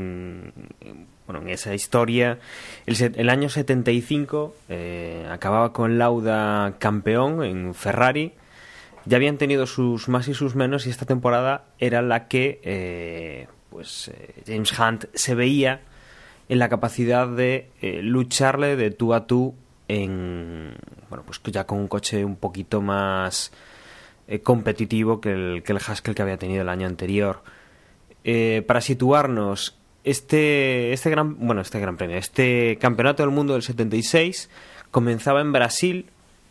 esa historia, el año 75 acababa con Lauda campeón en Ferrari. Ya habían tenido sus más y sus menos, y esta temporada era la que James Hunt se veía en la capacidad de lucharle de tú a tú pues ya con un coche un poquito más competitivo que el Haskell que había tenido el año anterior. Para situarnos, este campeonato del mundo del 76 comenzaba en Brasil.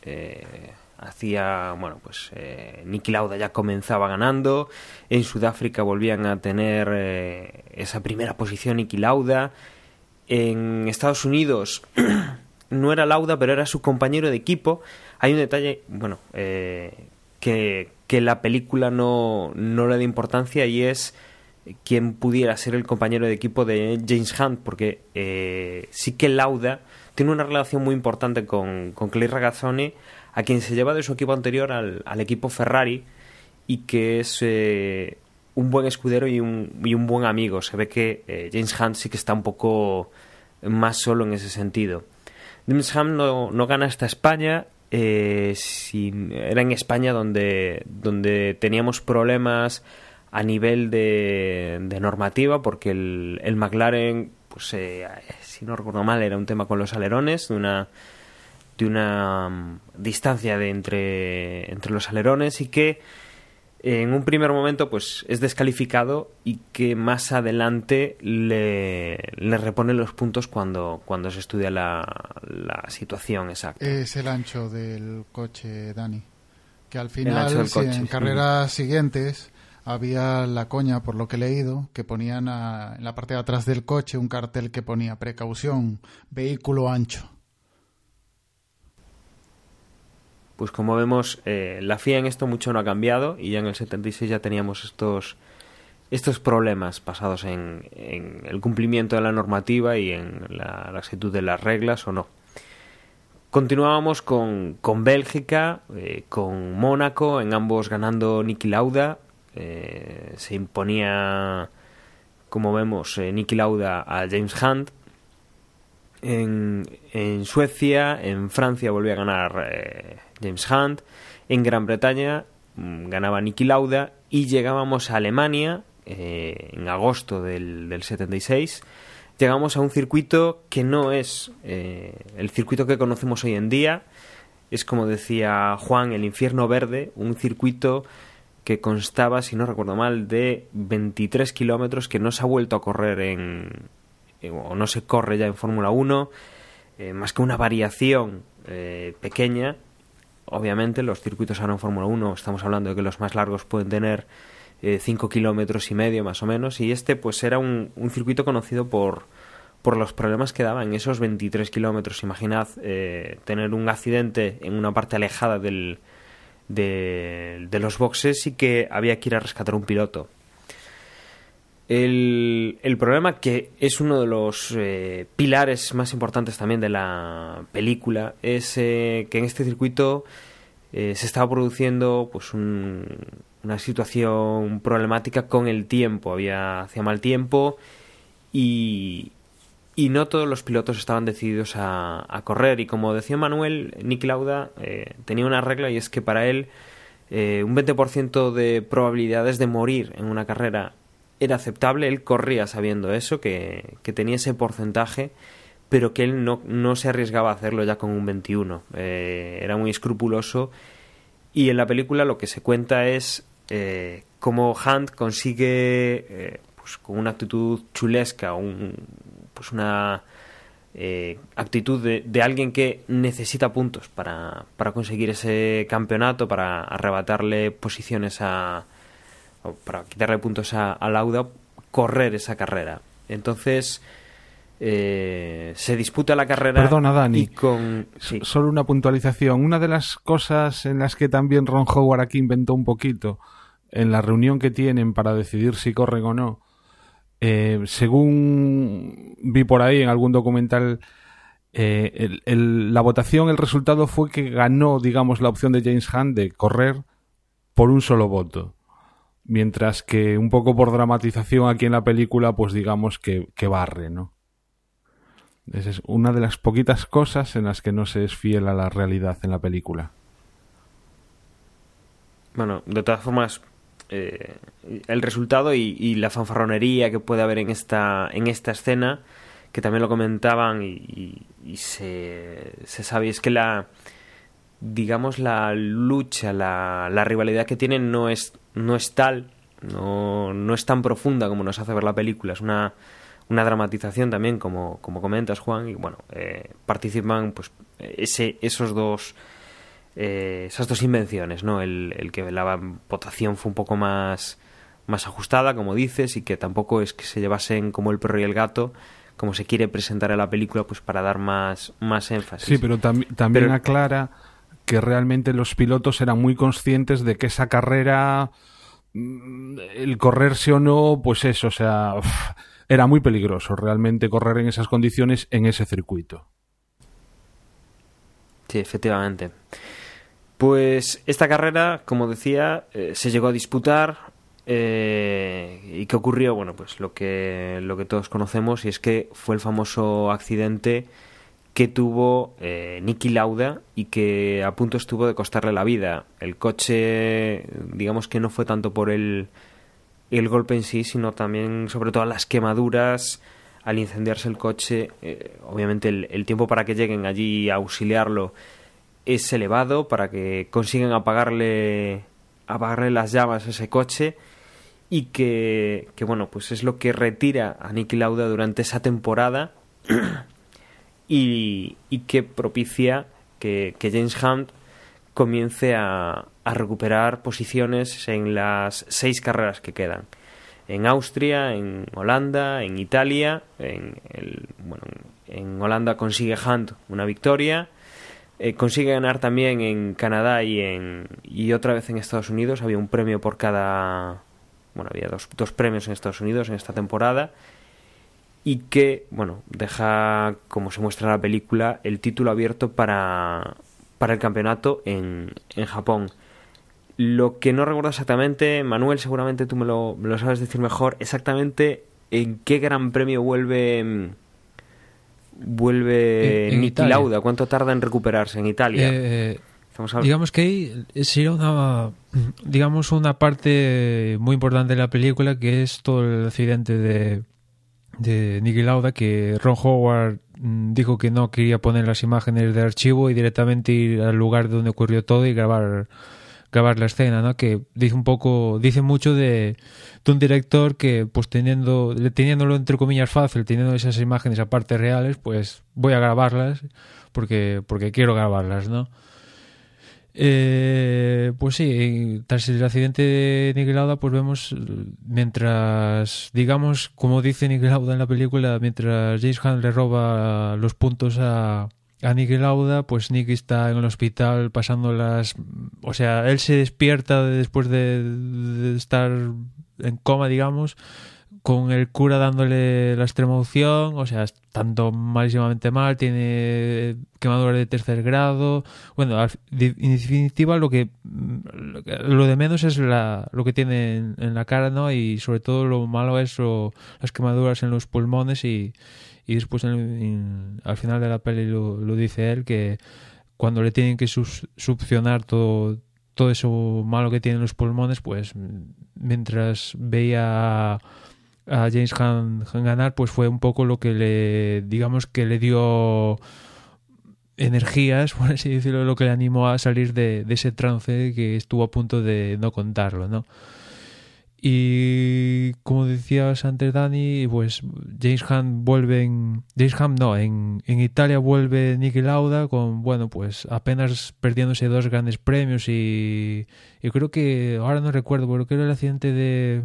Niki Lauda ya comenzaba ganando. En Sudáfrica volvían a tener esa primera posición Niki Lauda. En Estados Unidos no era Lauda, pero era su compañero de equipo. Hay un detalle que la película no le da importancia, y es quién pudiera ser el compañero de equipo de James Hunt, porque sí que Lauda tiene una relación muy importante con Clay Regazzoni, a quien se lleva de su equipo anterior al equipo Ferrari, y que es un buen escudero y un buen amigo. Se ve que James Hunt sí que está un poco más solo en ese sentido. James Hunt no gana hasta España. Era en España donde teníamos problemas a nivel de normativa, porque el McLaren, pues si no recuerdo mal, era un tema con los alerones, de una distancia entre los alerones, y que en un primer momento pues es descalificado, y que más adelante le repone los puntos cuando se estudia la situación exacta. Es el ancho del coche, Dani, que al final en carreras siguientes había la coña, por lo que he leído, que ponían en la parte de atrás del coche un cartel que ponía precaución, vehículo ancho. Pues como vemos, la FIA en esto mucho no ha cambiado, y ya en el 76 ya teníamos estos problemas basados en el cumplimiento de la normativa y en la exactitud de las reglas o no. Continuábamos con Bélgica, con Mónaco, en ambos ganando Niki Lauda. Se imponía, como vemos, Niki Lauda a James Hunt. En Suecia, en Francia volvía a ganar James Hunt. En Gran Bretaña ganaba Niki Lauda, y llegábamos a Alemania en agosto del 76. Llegamos a un circuito que no es el circuito que conocemos hoy en día. Es, como decía Juan, el infierno verde, un circuito que constaba, si no recuerdo mal, de 23 kilómetros, que no se ha vuelto a correr o no se corre ya en Fórmula 1, más que una variación pequeña. obviamente los circuitos ahora en Fórmula 1 estamos hablando de que los más largos pueden tener 5,5 kilómetros más o menos, y este pues era un circuito conocido por los problemas que daba en esos 23 kilómetros. Imaginad tener un accidente en una parte alejada de los boxes y que había que ir a rescatar un piloto. El problema, que es uno de los pilares más importantes también de la película, es que en este circuito se estaba produciendo pues una situación problemática con el tiempo. Hacía mal tiempo y no todos los pilotos estaban decididos a correr. Y como decía Manuel, Niki Lauda tenía una regla, y es que para él un 20% de probabilidades de morir en una carrera era aceptable. Él corría sabiendo eso, que tenía ese porcentaje, pero que él no se arriesgaba a hacerlo ya con un 21. Era muy escrupuloso, y en la película lo que se cuenta es cómo Hunt consigue, pues con una actitud chulesca, una actitud de alguien que necesita puntos para conseguir ese campeonato, para arrebatarle posiciones para quitarle puntos a Lauda, correr esa carrera. Entonces se disputa la carrera. Perdona, Dani, sí. Solo una puntualización. Una de las cosas en las que también Ron Howard aquí inventó un poquito, en la reunión que tienen para decidir si corren o no, según vi por ahí en algún documental, la votación, el resultado fue que ganó, digamos, la opción de James Hunt de correr por un solo voto. Mientras que un poco por dramatización aquí en la película, pues digamos que barre, ¿no? Esa es una de las poquitas cosas en las que no se es fiel a la realidad en la película. Bueno, de todas formas, el resultado y la fanfarronería que puede haber en esta escena, que también lo comentaban y se sabe, es que la lucha, la rivalidad que tienen no es tal, no es tan profunda como nos hace ver la película. Es una dramatización también, como comentas, Juan, y bueno, participan pues esas dos invenciones, ¿no? El que la votación fue un poco más ajustada, como dices, y que tampoco es que se llevasen como el perro y el gato, como se quiere presentar en la película, pues para dar más énfasis. Sí, pero también aclara que realmente los pilotos eran muy conscientes de que esa carrera, el correrse o no, pues eso, o sea, era muy peligroso realmente correr en esas condiciones en ese circuito. Sí, efectivamente. Pues esta carrera, como decía, se llegó a disputar, y ¿qué ocurrió? Bueno, pues lo que todos conocemos, y es que fue el famoso accidente que tuvo Niki Lauda y que a punto estuvo de costarle la vida. El coche, digamos que no fue tanto por el golpe en sí, sino también sobre todo las quemaduras al incendiarse el coche. Obviamente el tiempo para que lleguen allí a auxiliarlo es elevado, para que consigan apagarle las llamas a ese coche, y que bueno, pues es lo que retira a Niki Lauda durante esa temporada y que propicia que James Hunt comience a recuperar posiciones en las 6 carreras que quedan. En Austria, en Holanda, en Italia. En Holanda consigue Hunt una victoria. Consigue ganar también en Canadá y otra vez en Estados Unidos. Había un premio por cada... Bueno, había dos premios en Estados Unidos en esta temporada. Y que, bueno, deja, como se muestra en la película, el título abierto para el campeonato en Japón. Lo que no recuerdo exactamente, Manuel, seguramente tú me lo sabes decir mejor, exactamente en qué gran premio vuelve Niki Lauda. ¿Cuánto tarda en recuperarse en Italia? Digamos que ahí sería una parte muy importante de la película, que es todo el accidente de Niki Lauda, que Ron Howard dijo que no quería poner las imágenes de archivo y directamente ir al lugar donde ocurrió todo y grabar la escena, ¿no? Que dice mucho de un director que, pues teniéndolo entre comillas fácil, teniendo esas imágenes aparte reales, pues voy a grabarlas porque quiero grabarlas, ¿no? Pues sí, tras el accidente de Niki Lauda, pues vemos mientras, digamos, como dice Niki Lauda en la película, mientras James Hunt le roba los puntos a Niki Lauda, pues Niki está en el hospital pasando o sea, él se despierta después de estar en coma, digamos, con el cura dándole la extrema unción, o sea, estando malísimamente mal, tiene quemaduras de tercer grado. Bueno, en definitiva lo de menos es lo que tiene en la cara, ¿no? Y sobre todo lo malo es las quemaduras en los pulmones y después al final de la peli lo dice él, que cuando le tienen que succionar todo eso malo que tienen los pulmones, pues mientras veía a James Hunt ganar, pues fue un poco lo que le dio energías, por así decirlo, lo que le animó a salir de ese trance que estuvo a punto de no contarlo, ¿no? Y como decías antes, Dani, pues en Italia vuelve Niki Lauda con, bueno, pues apenas perdiéndose 2 grandes premios y creo que, ahora no recuerdo, pero creo que el accidente de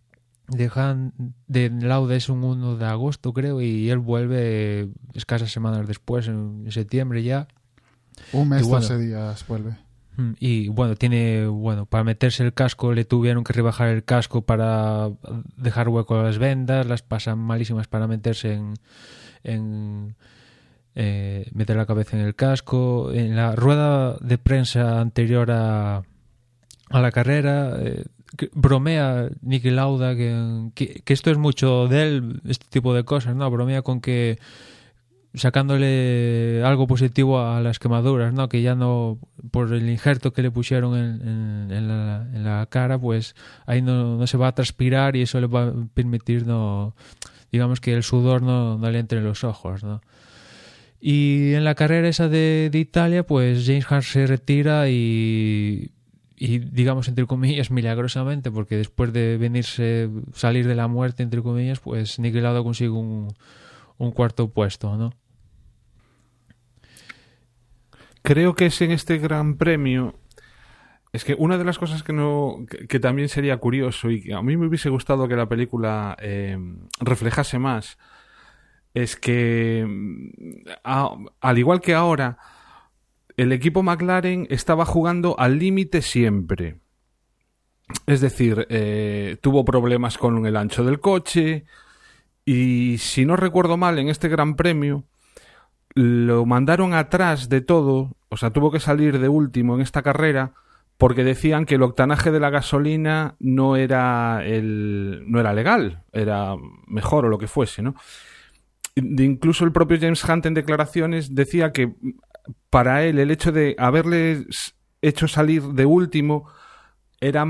Lauda es un 1 de agosto, creo, y él vuelve escasas semanas después, en septiembre ya. Un mes, 12 días vuelve. Y bueno, para meterse el casco le tuvieron que rebajar el casco para dejar hueco a las vendas, las pasan malísimas para meterse meter la cabeza en el casco. En la rueda de prensa anterior a la carrera, bromea Niki Lauda que esto es mucho de él, este tipo de cosas, ¿no? Bromea con que sacándole algo positivo a las quemaduras, ¿no? Que ya no, por el injerto que le pusieron en la cara, pues ahí no se va a transpirar y eso le va a permitir, no, digamos, que el sudor no le entre en los ojos, ¿no? Y en la carrera esa de Italia, pues James Hunt se retira y digamos, entre comillas, milagrosamente, porque después de salir de la muerte, entre comillas, pues Niki Lauda consigue un cuarto puesto, ¿no? Creo que es en este Gran Premio. Es que una de las cosas que también sería curioso y que a mí me hubiese gustado que la película reflejase más, es que al igual que ahora, el equipo McLaren estaba jugando al límite siempre. Es decir, tuvo problemas con el ancho del coche y, si no recuerdo mal, en este Gran Premio lo mandaron atrás de todo, o sea, tuvo que salir de último en esta carrera porque decían que el octanaje de la gasolina no era legal, era mejor o lo que fuese, ¿no? Incluso el propio James Hunt en declaraciones decía que para él el hecho de haberle hecho salir de último era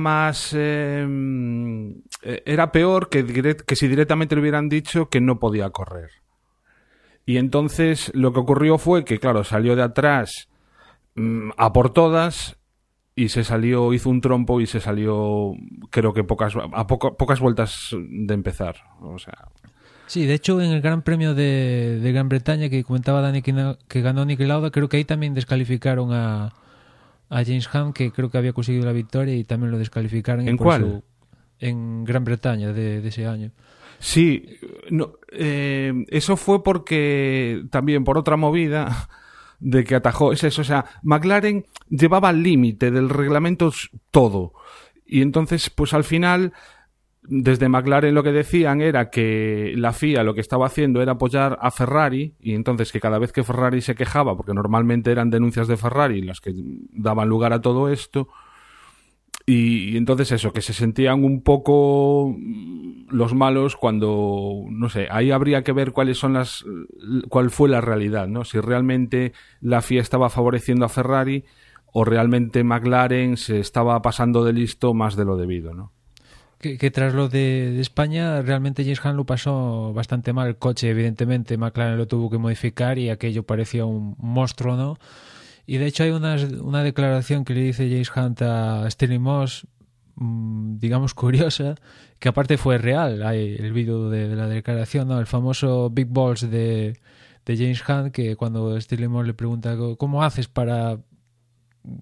peor que si directamente le hubieran dicho que no podía correr. Y entonces lo que ocurrió fue que, claro, salió de atrás a por todas y hizo un trompo y se salió, creo que a pocas vueltas de empezar. O sea... Sí, de hecho, en el Gran Premio de Gran Bretaña que comentaba Dani que ganó Niki Lauda, creo que ahí también descalificaron a James Hunt, que creo que había conseguido la victoria, y también lo descalificaron. ¿En cuál? En Gran Bretaña de ese año. Sí, no, eso fue porque también por otra movida de que atajó, es eso, o sea, McLaren llevaba al límite del reglamento todo, y entonces pues al final desde McLaren lo que decían era que la FIA lo que estaba haciendo era apoyar a Ferrari, y entonces que cada vez que Ferrari se quejaba, porque normalmente eran denuncias de Ferrari las que daban lugar a todo esto, y entonces eso, que se sentían un poco los malos cuando, no sé, ahí habría que ver cuál fue la realidad, ¿no? Si realmente la FIA estaba favoreciendo a Ferrari o realmente McLaren se estaba pasando de listo más de lo debido, ¿no? Que tras lo de España, realmente James Hunt lo pasó bastante mal. El coche, evidentemente, McLaren lo tuvo que modificar y aquello parecía un monstruo, ¿no? Y de hecho hay una declaración que le dice James Hunt a Stirling Moss, digamos curiosa, que aparte fue real. Hay el vídeo de la declaración, ¿no? El famoso Big Balls de James Hunt, que cuando Stirling Moss le pregunta ¿cómo haces para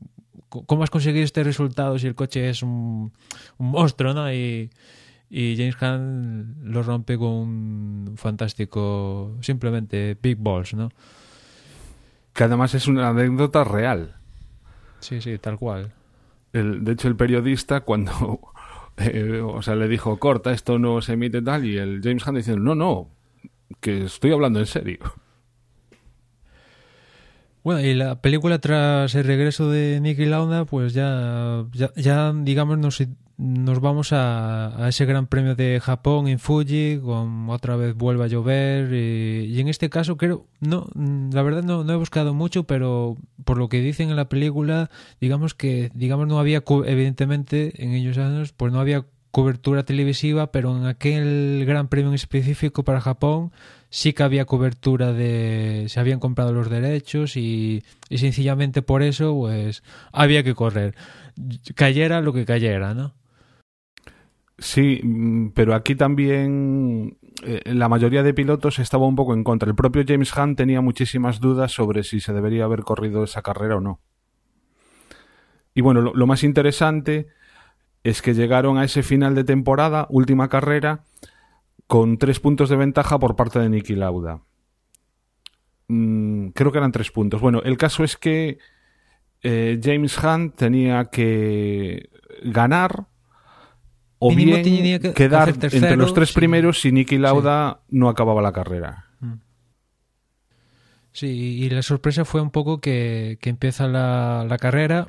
¿cómo has conseguido este resultado si el coche es un monstruo, ¿no? Y James Hunt lo rompe con un fantástico, simplemente Big Balls, ¿no? Que además es una anécdota real. Sí, tal cual. De hecho, el periodista, cuando le dijo, corta, esto no se emite tal, y el James Hunt diciendo, no, que estoy hablando en serio. Bueno, y la película, tras el regreso de Niki Lauda, pues ya digamos, nos vamos a ese Gran Premio de Japón en Fuji, con otra vez vuelve a llover, y en este caso creo, la verdad no he buscado mucho, pero por lo que dicen en la película, digamos no había, evidentemente en aquellos años, pues no había cobertura televisiva, pero en aquel Gran Premio en específico para Japón sí que había cobertura se habían comprado los derechos y sencillamente por eso pues había que correr, cayera lo que cayera, ¿no? Sí, pero aquí también la mayoría de pilotos estaba un poco en contra. El propio James Hunt tenía muchísimas dudas sobre si se debería haber corrido esa carrera o no. Y bueno, lo más interesante es que llegaron a ese final de temporada, última carrera, con 3 puntos de ventaja por parte de Niki Lauda. Creo que eran 3 puntos. Bueno, el caso es que James Hunt tenía que ganar o mínimo bien quedar entre los 3 primeros si Niki Lauda no acababa la carrera. Sí, y la sorpresa fue un poco que empieza la carrera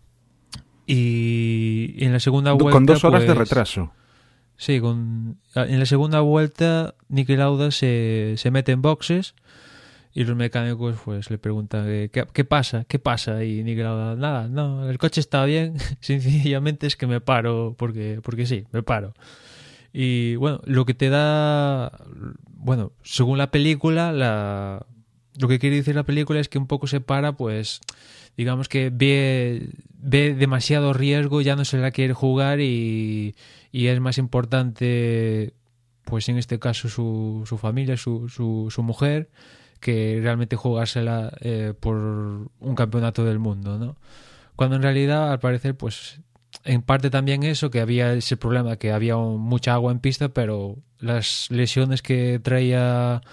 y en la segunda vuelta... Con 2 horas de retraso. Sí, en la segunda vuelta Niki Lauda se mete en boxes y los mecánicos pues le preguntan ¿qué pasa? Y Niki Lauda, nada, no, el coche está bien, sencillamente es que me paro porque sí, me paro. Y bueno, lo que te da, bueno, según la película, lo que quiere decir la película es que un poco se para, pues digamos que ve demasiado riesgo, ya no se la quiere jugar y es más importante, pues en este caso su familia, su mujer, que realmente jugársela por un campeonato del mundo, ¿no? Cuando en realidad, al parecer, pues en parte también eso, que había ese problema, que había mucha agua en pista, pero las lesiones que traía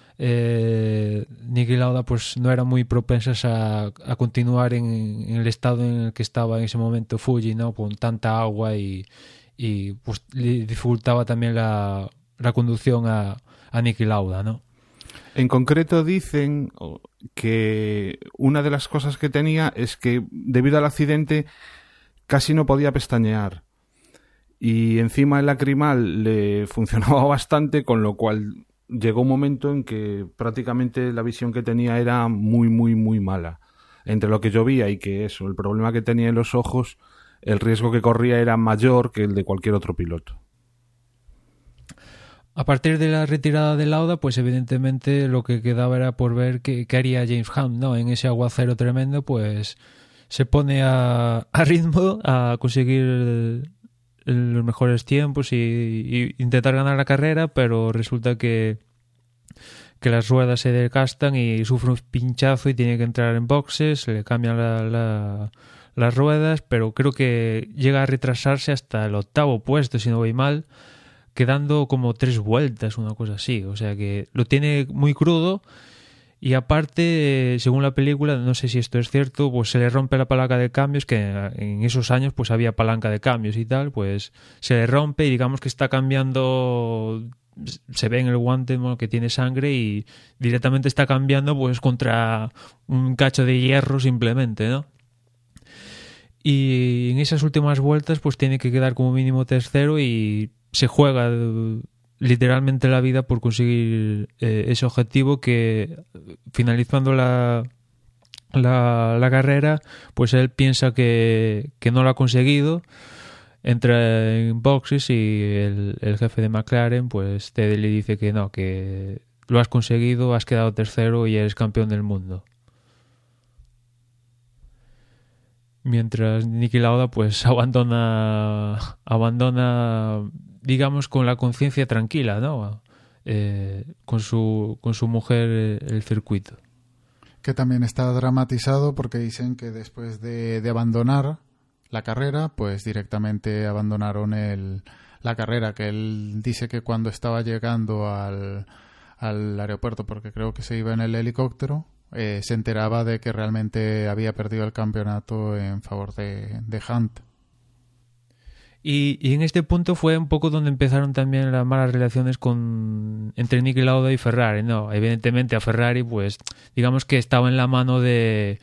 Niki Lauda pues no eran muy propensas a continuar en el estado en el que estaba en ese momento Fuji, ¿no? Con tanta agua y pues le dificultaba también la conducción a Niki Lauda, ¿no? En concreto dicen que una de las cosas que tenía es que debido al accidente casi no podía pestañear y encima el lacrimal le funcionaba bastante, con lo cual llegó un momento en que prácticamente la visión que tenía era muy, muy, muy mala. Entre lo que llovía y que eso, el problema que tenía en los ojos, el riesgo que corría era mayor que el de cualquier otro piloto. A partir de la retirada de Lauda, pues evidentemente lo que quedaba era por ver qué haría James Hunt, ¿no? En ese aguacero tremendo, pues se pone a ritmo a conseguir los mejores tiempos y intentar ganar la carrera, pero resulta que las ruedas se desgastan y sufre un pinchazo y tiene que entrar en boxes, le cambian las ruedas, pero creo que llega a retrasarse hasta el 8º puesto, si no voy mal, quedando como 3 vueltas, una cosa así. O sea que lo tiene muy crudo y aparte, según la película, no sé si esto es cierto, pues se le rompe la palanca de cambios, que en esos años pues había palanca de cambios y tal, pues se le rompe y digamos que está cambiando, se ve en el guante, bueno, que tiene sangre y directamente está cambiando pues contra un cacho de hierro simplemente, ¿no? Y en esas últimas vueltas pues tiene que quedar como mínimo tercero y se juega literalmente la vida por conseguir ese objetivo, que finalizando la carrera pues él piensa que no lo ha conseguido, entra en boxes y el jefe de McLaren pues le dice que no, que lo has conseguido, has quedado tercero y eres campeón del mundo. Mientras Niki Lauda pues abandona digamos con la conciencia tranquila, ¿no? Con su mujer el circuito. que también está dramatizado porque dicen que después de abandonar la carrera, pues directamente abandonaron la carrera, que él dice que cuando estaba llegando al aeropuerto, porque creo que se iba en el helicóptero, se enteraba de que realmente había perdido el campeonato en favor de Hunt. Y en este punto fue un poco donde empezaron también las malas relaciones entre Niki Lauda y Ferrari, ¿no? Evidentemente a Ferrari, pues, digamos que estaba en la mano de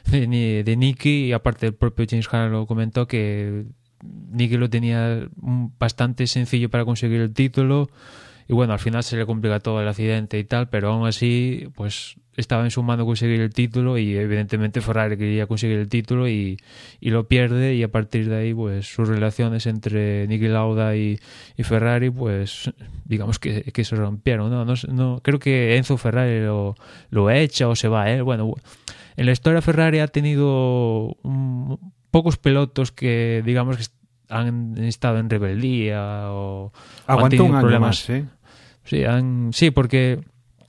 Niki, y aparte el propio James Hunt lo comentó que Niki lo tenía bastante sencillo para conseguir el título, y bueno, al final se le complica todo el accidente y tal, pero aún así, pues estaba en su mano conseguir el título, y evidentemente Ferrari quería conseguir el título y lo pierde, y a partir de ahí, pues sus relaciones entre Niki Lauda y Ferrari, pues digamos que se rompieron, ¿no? No creo que Enzo Ferrari lo echa o se va, ¿eh? Bueno, en la historia Ferrari ha tenido pocos pilotos que, digamos, que han estado en rebeldía o aguantó un año problemas. más, ¿eh? Sí, porque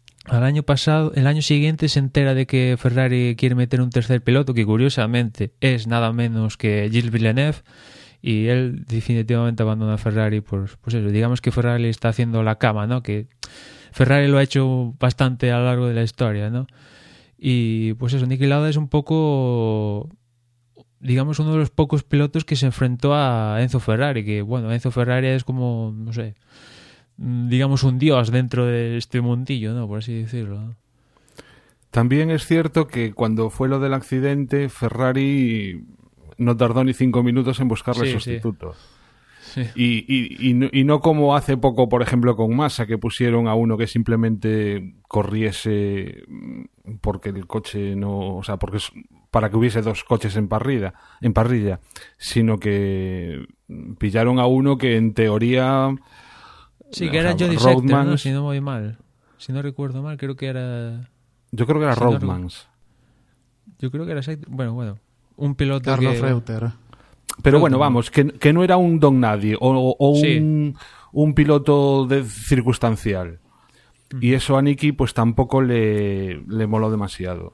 el año siguiente se entera de que Ferrari quiere meter un tercer piloto, que curiosamente es nada menos que Gilles Villeneuve, y él definitivamente abandona Ferrari. Pues eso, digamos que Ferrari está haciendo la cama, ¿no? Que Ferrari lo ha hecho bastante a lo largo de la historia, ¿no? Y pues eso, Niki Lauda es un poco, digamos, uno de los pocos pilotos que se enfrentó a Enzo Ferrari, que bueno, Enzo Ferrari es como, no sé, digamos un dios dentro de este mundillo, ¿no? Por así decirlo, ¿no? También es cierto que cuando fue lo del accidente, Ferrari no tardó ni 5 minutos en buscarle sustituto. Sí. Y no como hace poco, por ejemplo, con Massa, que pusieron a uno que simplemente corriese porque el coche no... O sea, para que hubiese 2 coches en parrilla, sino que pillaron a uno que en teoría... Sí, que era Jody Scheckter, ¿no? Si no voy mal. Si no recuerdo mal, creo que era... Yo creo que era Roadmans. Yo creo que era Scheckter. Bueno. Un piloto Carlos Reuter. Pero bueno, vamos, que no era un don nadie o un piloto circunstancial. Y eso a Niki pues tampoco le moló demasiado.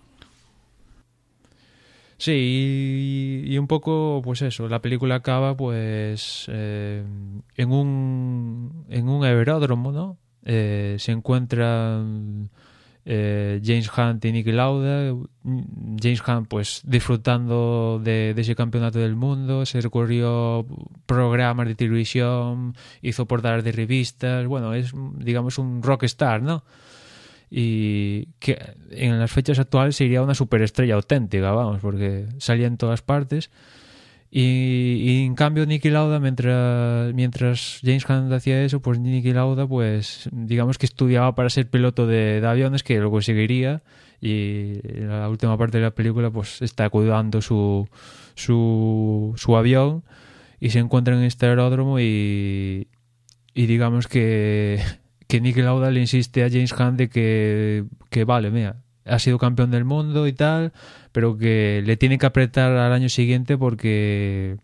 Sí, y un poco, pues eso, la película acaba pues en un aeródromo, ¿no? Se encuentran James Hunt y Niki Lauda. James Hunt pues disfrutando de ese campeonato del mundo, se recorrió programas de televisión, hizo portadas de revistas, bueno, es digamos un rockstar, ¿no? Y que en las fechas actuales sería una superestrella auténtica, vamos, porque salía en todas partes. Y en cambio Niki Lauda, mientras James Hunt hacía eso, pues Niki Lauda pues digamos que estudiaba para ser piloto de aviones, que lo conseguiría, y en la última parte de la película pues está cuidando su avión, y se encuentran en este aeródromo y digamos que Niki Lauda le insiste a James Hunt de que vale, mira, ha sido campeón del mundo y tal, pero que le tiene que apretar al año siguiente porque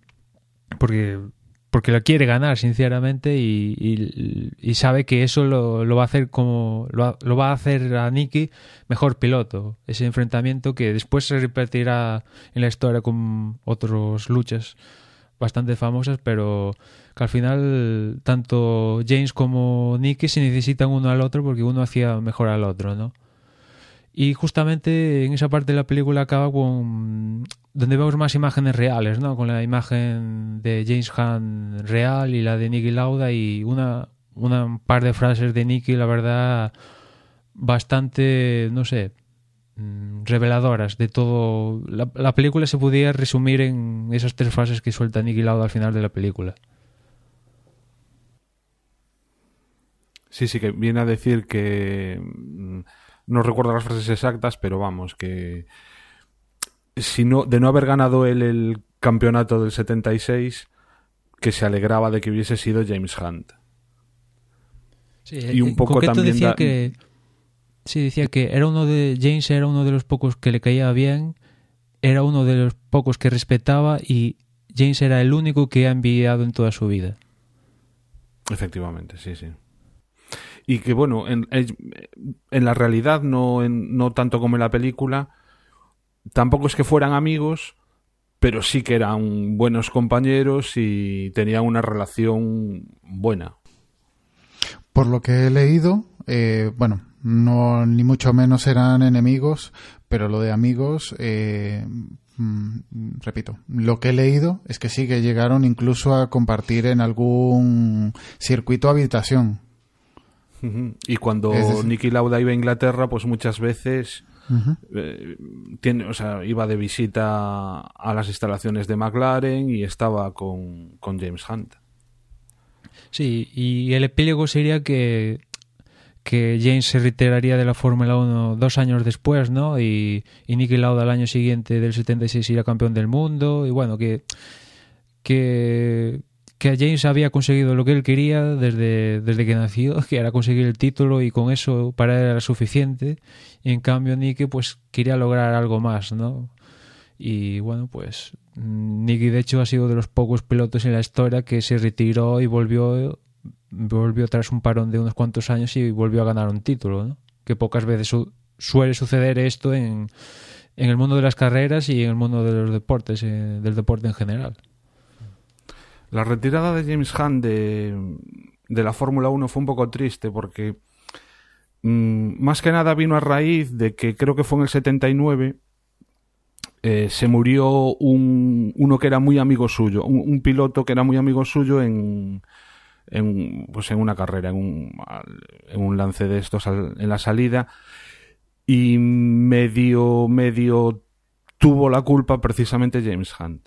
la quiere ganar sinceramente, y sabe que eso lo va a hacer lo va a hacer a Niki mejor piloto. Ese enfrentamiento que después se repetirá en la historia con otras luchas bastante famosas, pero que al final tanto James como Niki se necesitan uno al otro porque uno hacía mejor al otro, ¿no? Y justamente en esa parte de la película acaba con donde vemos más imágenes reales, ¿no? Con la imagen de James Hunt real y la de Niki Lauda, y un par de frases de Niki, la verdad, bastante, no sé, reveladoras de todo. La película se podía resumir en esas 3 frases que suelta Niki Lauda al final de la película. Sí, que viene a decir que... No recuerdo las frases exactas, pero vamos, que de no haber ganado él el campeonato del 76, que se alegraba de que hubiese sido James Hunt. Sí, y un poco también decía que James era uno de los pocos que le caía bien, era uno de los pocos que respetaba, y James era el único que ha envidiado en toda su vida. Efectivamente, sí. Y que bueno, en la realidad, no tanto como en la película, tampoco es que fueran amigos, pero sí que eran buenos compañeros y tenían una relación buena. Por lo que he leído, bueno, no ni mucho menos eran enemigos, pero lo de amigos, repito, lo que he leído es que sí que llegaron incluso a compartir en algún circuito habitación. Y cuando Niki Lauda iba a Inglaterra, pues muchas veces iba de visita a las instalaciones de McLaren y estaba con James Hunt. Sí, y el epílogo sería que James se retiraría de la Fórmula 1 2 años después, ¿no? Y Niki Lauda al año siguiente, del 76, iría campeón del mundo. Y bueno, que James había conseguido lo que él quería desde que nació, que era conseguir el título, y con eso para él era suficiente. Y en cambio Niki pues quería lograr algo más, ¿no? Y bueno, pues Niki de hecho ha sido de los pocos pilotos en la historia que se retiró y volvió tras un parón de unos cuantos años y volvió a ganar un título, ¿no? Que pocas veces suele suceder esto en el mundo de las carreras y en el mundo de los deportes, del deporte en general. La retirada de James Hunt de la Fórmula 1 fue un poco triste porque más que nada vino a raíz de que creo que fue en el 79 se murió uno que era muy amigo suyo, un piloto que era muy amigo suyo en una carrera, en un lance de estos en la salida, y medio tuvo la culpa precisamente James Hunt.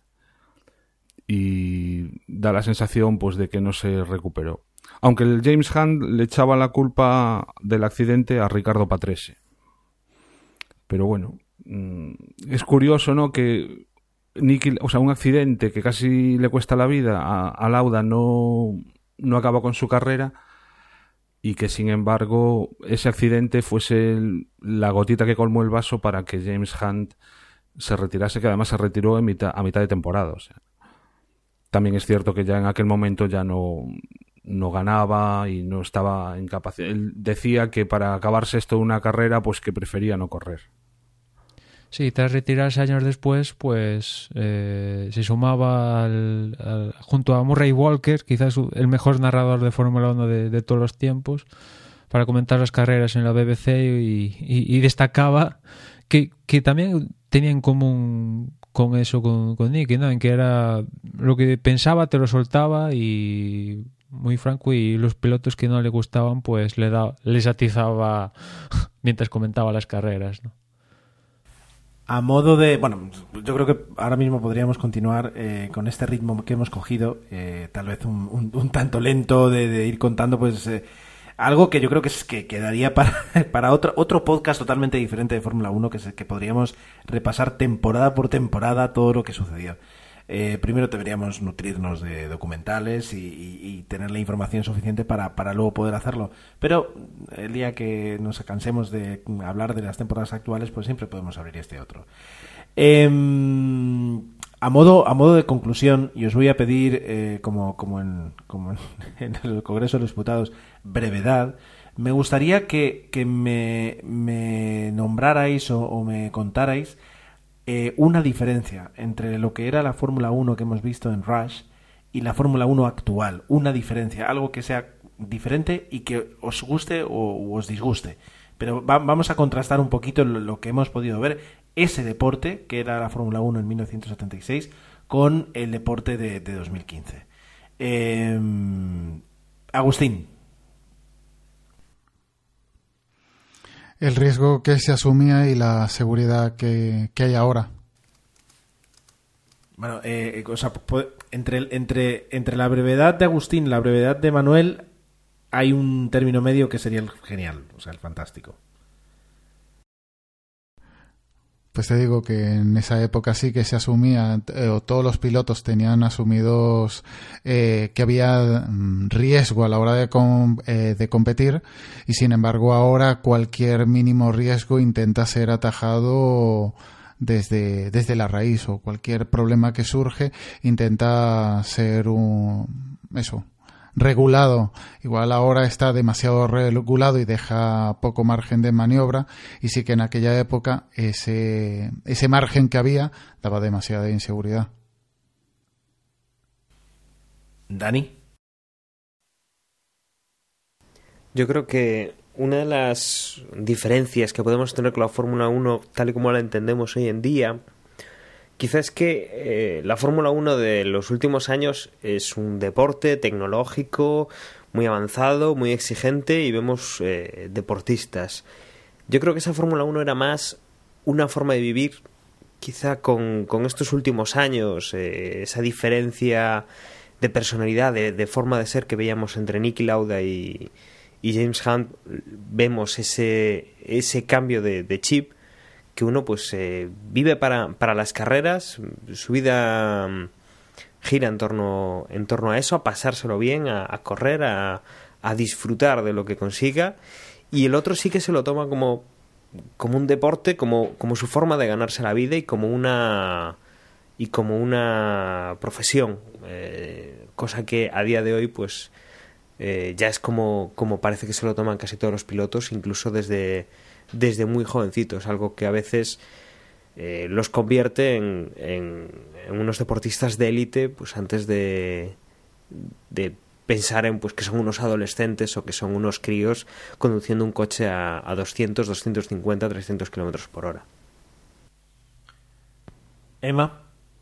Y da la sensación pues de que no se recuperó. Aunque el James Hunt le echaba la culpa del accidente a Riccardo Patrese. Pero bueno, es curioso, ¿no? Que un accidente que casi le cuesta la vida a Lauda no acaba con su carrera, y que sin embargo ese accidente fuese la gotita que colmó el vaso para que James Hunt se retirase, que además se retiró a mitad de temporada. O sea, también es cierto que ya en aquel momento ya no ganaba y no estaba en capacidad. Él decía que para acabarse esto de una carrera, pues que prefería no correr. Sí, tras retirarse años después, pues se sumaba junto a Murray Walker, quizás el mejor narrador de Fórmula 1 de todos los tiempos, para comentar las carreras en la BBC, y destacaba que también tenía en común con eso con Niki, ¿no? En que era lo que pensaba, te lo soltaba, y muy franco, y los pilotos que no le gustaban pues les atizaba mientras comentaba las carreras, ¿no? A modo de... Bueno, yo creo que ahora mismo podríamos continuar con este ritmo que hemos cogido, tal vez un tanto lento de ir contando, pues algo que yo creo que quedaría para otro podcast totalmente diferente de Fórmula 1, que podríamos repasar temporada por temporada todo lo que sucedió. Primero deberíamos nutrirnos de documentales y tener la información suficiente para luego poder hacerlo. Pero el día que nos cansemos de hablar de las temporadas actuales, pues siempre podemos abrir este otro. A modo de conclusión, y os voy a pedir, como en el Congreso de los Diputados, brevedad. Me gustaría que me nombrarais o me contarais una diferencia entre lo que era la Fórmula 1 que hemos visto en Rush y la Fórmula 1 actual. Una diferencia, algo que sea diferente y que os guste o os disguste. Pero vamos a contrastar un poquito lo que hemos podido ver, ese deporte que era la Fórmula 1 en 1976 con el deporte de 2015. Agustín. El riesgo que se asumía y la seguridad que hay ahora. Bueno, entre la brevedad de Agustín y la brevedad de Manuel hay un término medio que sería el genial, o sea, el fantástico. Pues te digo que en esa época sí que se asumía, o todos los pilotos tenían asumidos que había riesgo a la hora de competir, y sin embargo ahora cualquier mínimo riesgo intenta ser atajado desde la raíz, o cualquier problema que surge intenta ser regulado. Igual ahora está demasiado regulado y deja poco margen de maniobra, y sí que en aquella época ese margen que había daba demasiada inseguridad. Dani. Yo creo que una de las diferencias que podemos tener con la Fórmula 1 tal y como la entendemos hoy en día, quizás es que la Fórmula 1 de los últimos años es un deporte tecnológico muy avanzado, muy exigente, y vemos deportistas. Yo creo que esa Fórmula 1 era más una forma de vivir, quizá con estos últimos años, esa diferencia de personalidad, de forma de ser que veíamos entre Niki Lauda y James Hunt. Vemos ese cambio de chip, que uno pues vive para las carreras, su vida gira en torno a eso, a pasárselo bien, a correr, a disfrutar de lo que consiga, y el otro sí que se lo toma como un deporte, como su forma de ganarse la vida y como una profesión, cosa que a día de hoy pues ya es como parece que se lo toman casi todos los pilotos, incluso desde muy jovencitos, algo que a veces los convierte en unos deportistas de élite, pues antes de pensar en pues que son unos adolescentes o que son unos críos conduciendo un coche a 200, 250, 300 kilómetros por hora. Emma.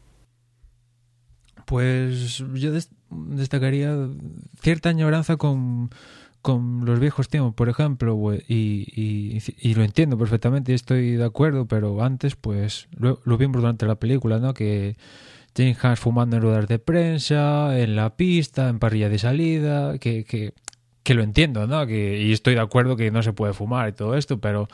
Pues yo destacaría cierta añoranza con los viejos tiempos, por ejemplo, y lo entiendo perfectamente y estoy de acuerdo, pero antes pues lo vimos durante la película, ¿no? Que James Hunt fumando en ruedas de prensa, en la pista, en parrilla de salida, que lo entiendo, ¿no? Y estoy de acuerdo que no se puede fumar y todo esto, pero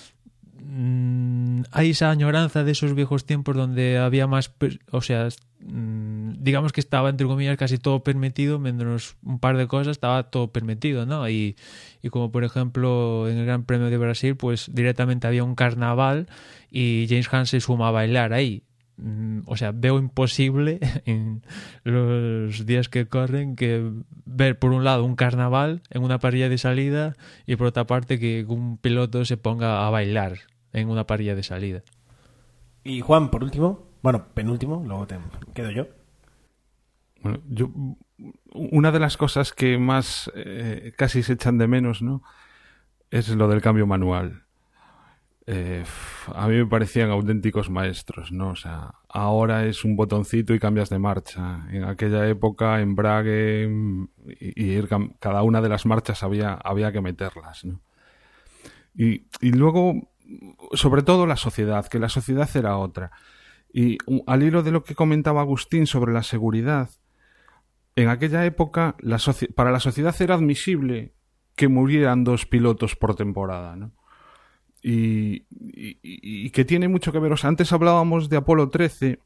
hay esa añoranza de esos viejos tiempos donde había más, o sea, digamos que estaba entre comillas casi todo permitido, menos un par de cosas estaba todo permitido, ¿no? Y como por ejemplo en el Gran Premio de Brasil pues directamente había un carnaval y James Hunt se suma a bailar ahí. O sea, veo imposible en los días que corren que ver por un lado un carnaval en una parrilla de salida y por otra parte que un piloto se ponga a bailar en una parrilla de salida. Y Juan, por último, bueno, penúltimo, luego te quedo yo. Bueno, una de las cosas que más casi se echan de menos, ¿no?, es lo del cambio manual. A mí me parecían auténticos maestros, ¿no? O sea, ahora es un botoncito y cambias de marcha. En aquella época, embrague y cada una de las marchas había que meterlas, ¿no? Y luego, sobre todo la sociedad, que la sociedad era otra. Y al hilo de lo que comentaba Agustín sobre la seguridad, en aquella época para la sociedad era admisible que murieran 2 pilotos por temporada, ¿no? Y que tiene mucho que ver. O sea, antes hablábamos de Apolo 13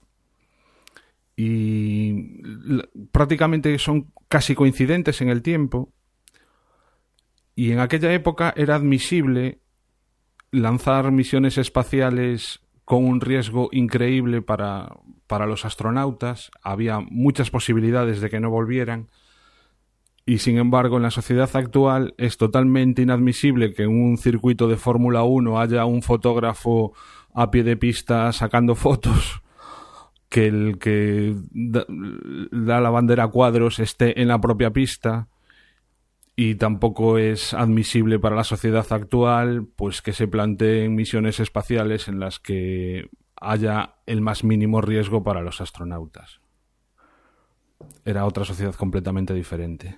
y prácticamente son casi coincidentes en el tiempo, y en aquella época era admisible lanzar misiones espaciales con un riesgo increíble para los astronautas. Había muchas posibilidades de que no volvieran. Y sin embargo, en la sociedad actual es totalmente inadmisible que en un circuito de Fórmula 1 haya un fotógrafo a pie de pista sacando fotos, que el que da la bandera a cuadros esté en la propia pista, y tampoco es admisible para la sociedad actual pues que se planteen misiones espaciales en las que haya el más mínimo riesgo para los astronautas. Era otra sociedad completamente diferente.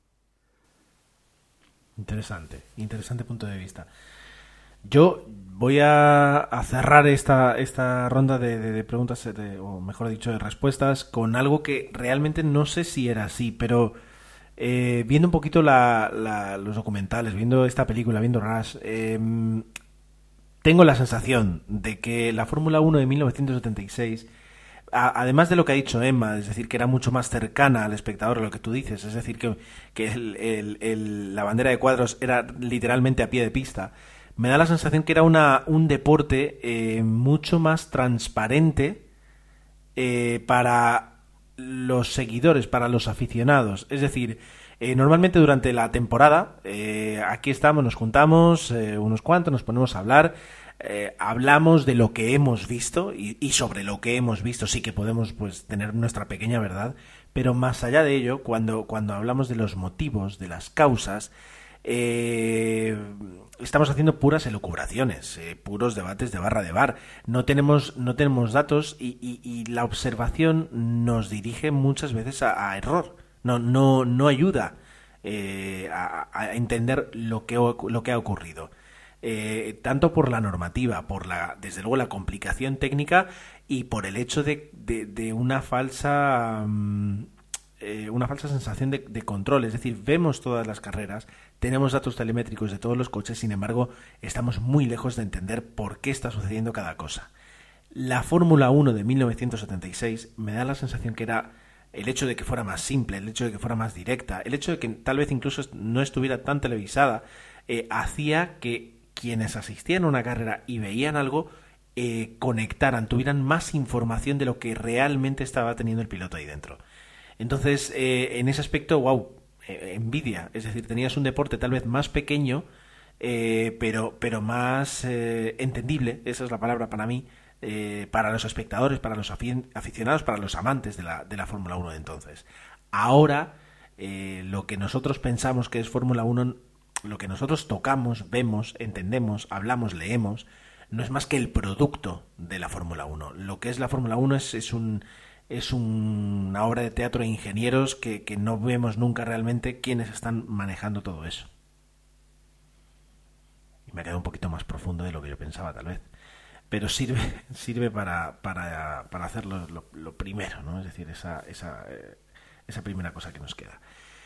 Interesante punto de vista. Yo voy a cerrar esta ronda de preguntas, o mejor dicho, de respuestas, con algo que realmente no sé si era así, pero viendo un poquito los documentales, viendo esta película, viendo Rush, tengo la sensación de que la Fórmula 1 de 1976, además de lo que ha dicho Emma, es decir, que era mucho más cercana al espectador, a lo que tú dices, es decir, que la bandera de cuadros era literalmente a pie de pista, me da la sensación que era un deporte mucho más transparente para los seguidores, para los aficionados. Es decir, Normalmente durante la temporada, aquí estamos, nos juntamos unos cuantos, nos ponemos a hablar, hablamos de lo que hemos visto y sobre lo que hemos visto sí que podemos pues tener nuestra pequeña verdad, pero más allá de ello, cuando hablamos de los motivos, de las causas, estamos haciendo puras elucubraciones, puros debates de barra de bar. No tenemos datos y la observación nos dirige muchas veces a error. No ayuda a entender lo que ha ocurrido. Tanto por la normativa, desde luego la complicación técnica y por el hecho de una falsa sensación de control. Es decir, vemos todas las carreras, tenemos datos telemétricos de todos los coches, sin embargo, estamos muy lejos de entender por qué está sucediendo cada cosa. La Fórmula 1 de 1976 me da la sensación que era el hecho de que fuera más simple, el hecho de que fuera más directa, el hecho de que tal vez incluso no estuviera tan televisada, hacía que quienes asistían a una carrera y veían algo conectaran, tuvieran más información de lo que realmente estaba teniendo el piloto ahí dentro. Entonces, en ese aspecto, wow, envidia. Es decir, tenías un deporte tal vez más pequeño, pero más entendible, esa es la palabra para mí, para los espectadores, para los aficionados, para los amantes de la Fórmula 1 de entonces. Ahora, lo que nosotros pensamos que es Fórmula 1, lo que nosotros tocamos, vemos, entendemos, hablamos, leemos, no es más que el producto de la Fórmula 1. Lo que es la Fórmula 1 es una obra de teatro de ingenieros que no vemos nunca realmente quiénes están manejando todo eso. Y me ha quedado un poquito más profundo de lo que yo pensaba, tal vez. Pero sirve para hacer lo primero, ¿no? Es decir, esa primera cosa que nos queda.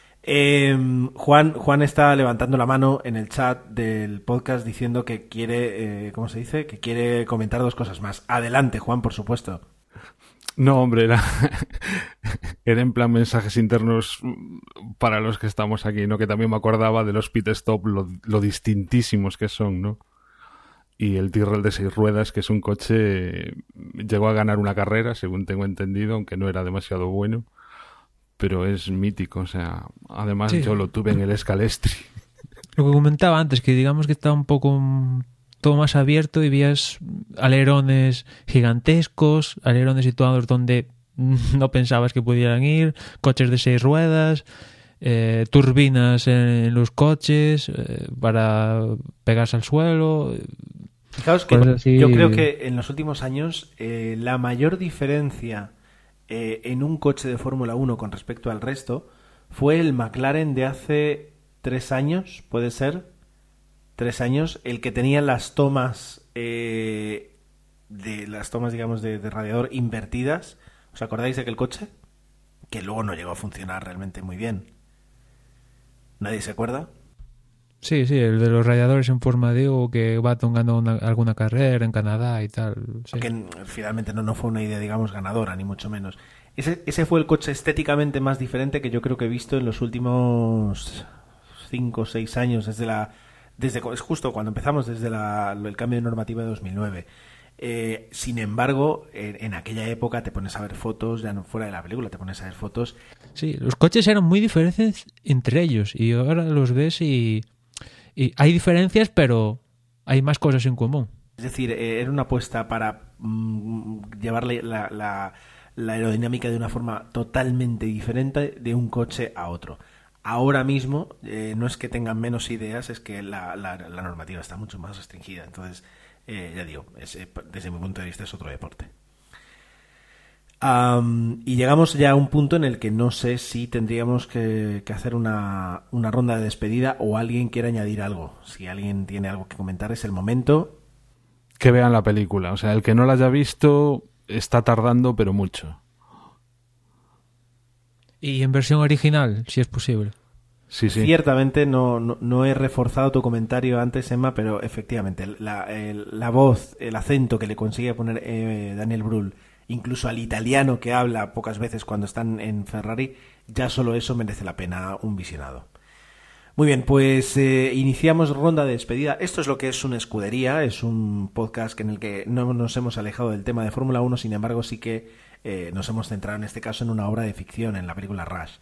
Juan está levantando la mano en el chat del podcast diciendo que quiere, ¿cómo se dice? Que quiere comentar dos cosas más. Adelante, Juan, por supuesto. No, hombre, era en plan mensajes internos para los que estamos aquí, ¿no? Que también me acordaba de los pit stop, lo distintísimos que son, ¿no? Y el Tyrrell de 6 ruedas, que es un coche, llegó a ganar una carrera, según tengo entendido, aunque no era demasiado bueno, pero es mítico, o sea, además sí. Yo lo tuve en el Scalestri. Lo que comentaba antes, que digamos que estaba un poco todo más abierto y vías alerones gigantescos, alerones situados donde no pensabas que pudieran ir, coches de 6 ruedas, turbinas en los coches para pegarse al suelo. Fijaos que yo creo que en los últimos años la mayor diferencia en un coche de Fórmula 1 con respecto al resto fue el McLaren de hace 3 años, puede ser 3 años, el que tenía las tomas digamos de radiador invertidas. ¿Os acordáis de aquel coche? Que luego no llegó a funcionar realmente muy bien. ¿Nadie se acuerda? Sí, el de los radiadores en forma de U, que Baton ganó alguna carrera en Canadá y tal. Sí. Que finalmente no fue una idea, digamos, ganadora, ni mucho menos. Ese fue el coche estéticamente más diferente que yo creo que he visto en los últimos 5 o 6 años, desde justo cuando empezamos, desde el cambio de normativa de 2009. Sin embargo, en aquella época te pones a ver fotos, ya no fuera de la película, te pones a ver fotos. Sí, los coches eran muy diferentes entre ellos y ahora los ves y hay diferencias, pero hay más cosas en común. Es decir, era una apuesta para llevar la aerodinámica de una forma totalmente diferente de un coche a otro. Ahora mismo no es que tengan menos ideas, es que la normativa está mucho más restringida. Entonces, ya digo, desde mi punto de vista es otro deporte. Y llegamos ya a un punto en el que no sé si tendríamos que hacer una ronda de despedida o alguien quiere añadir algo. Si alguien tiene algo que comentar, es el momento. Que vean la película. O sea, el que no la haya visto está tardando, pero mucho. Y en versión original, si es posible. Sí. Ciertamente no he reforzado tu comentario antes, Emma, pero efectivamente la voz, el acento que le consigue poner Daniel Brühl, incluso al italiano que habla pocas veces cuando están en Ferrari, ya solo eso merece la pena un visionado. Muy bien, pues iniciamos ronda de despedida. Esto es lo que es una escudería, es un podcast en el que no nos hemos alejado del tema de Fórmula 1, sin embargo sí que nos hemos centrado en este caso en una obra de ficción, en la película Rush.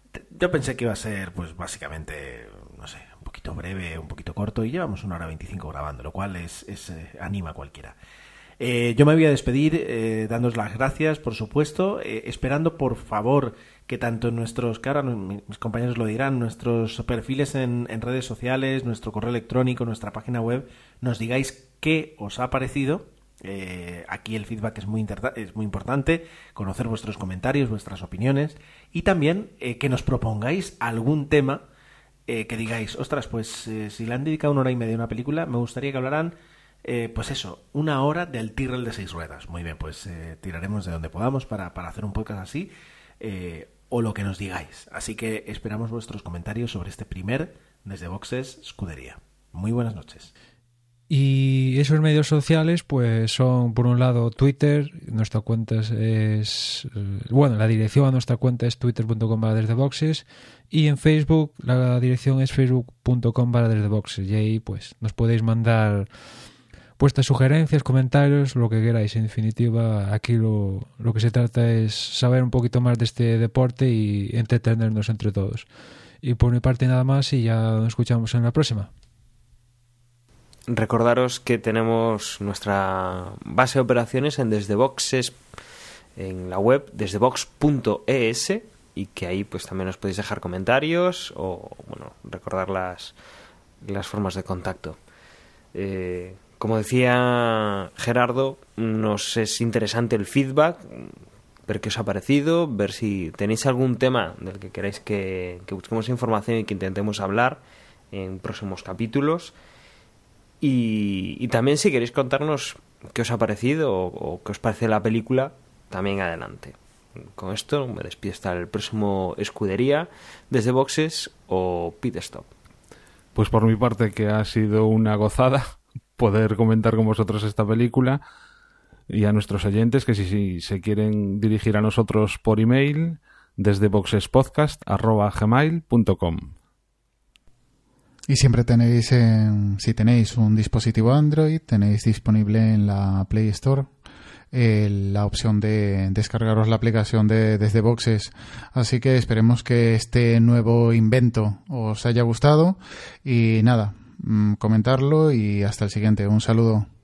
Yo pensé que iba a ser, pues básicamente, no sé, un poquito breve, un poquito corto, y llevamos 1 hora 25 grabando, lo cual anima a cualquiera. Yo me voy a despedir dándoos las gracias, por supuesto, esperando, por favor, que tanto nuestros, que ahora mis compañeros lo dirán, nuestros perfiles en redes sociales, nuestro correo electrónico, nuestra página web, nos digáis qué os ha parecido. Aquí el feedback es muy importante, conocer vuestros comentarios, vuestras opiniones, y también que nos propongáis algún tema que digáis, ostras, pues si le han dedicado 1 hora y media a una película, me gustaría que hablaran, pues eso, 1 hora del Tyrrell de 6 ruedas. Muy bien, pues tiraremos de donde podamos para hacer un podcast así, o lo que nos digáis. Así que esperamos vuestros comentarios sobre este primer Desde Boxes Scuderia. Muy buenas noches. Y esos medios sociales pues son, por un lado, Twitter. Nuestra cuenta la dirección a nuestra cuenta es twitter.com/desdeboxes, y en Facebook la dirección es facebook.com/desdeboxes, y ahí pues nos podéis mandar vuestras sugerencias, comentarios, lo que queráis. En definitiva, aquí lo que se trata es saber un poquito más de este deporte y entretenernos entre todos. Y por mi parte nada más, y ya nos escuchamos en la próxima. Recordaros que tenemos nuestra base de operaciones en Desde Boxes, en la web desdebox.es, y que ahí pues también os podéis dejar comentarios o recordar las formas de contacto. Como decía Gerardo, nos es interesante el feedback, ver qué os ha parecido, ver si tenéis algún tema del que queráis que busquemos información y que intentemos hablar en próximos capítulos. Y también si queréis contarnos qué os ha parecido o qué os parece la película, también adelante. Con esto me despido hasta el próximo Escudería, Desde Boxes o Pit Stop. Pues por mi parte, que ha sido una gozada poder comentar con vosotros esta película, y a nuestros oyentes que si se quieren dirigir a nosotros por email, desdeboxespodcast@gmail.com. Y siempre tenéis, si tenéis un dispositivo Android, tenéis disponible en la Play Store la opción de descargaros la aplicación de Desde Boxes. Así que esperemos que este nuevo invento os haya gustado. Y nada, comentarlo y hasta el siguiente. Un saludo.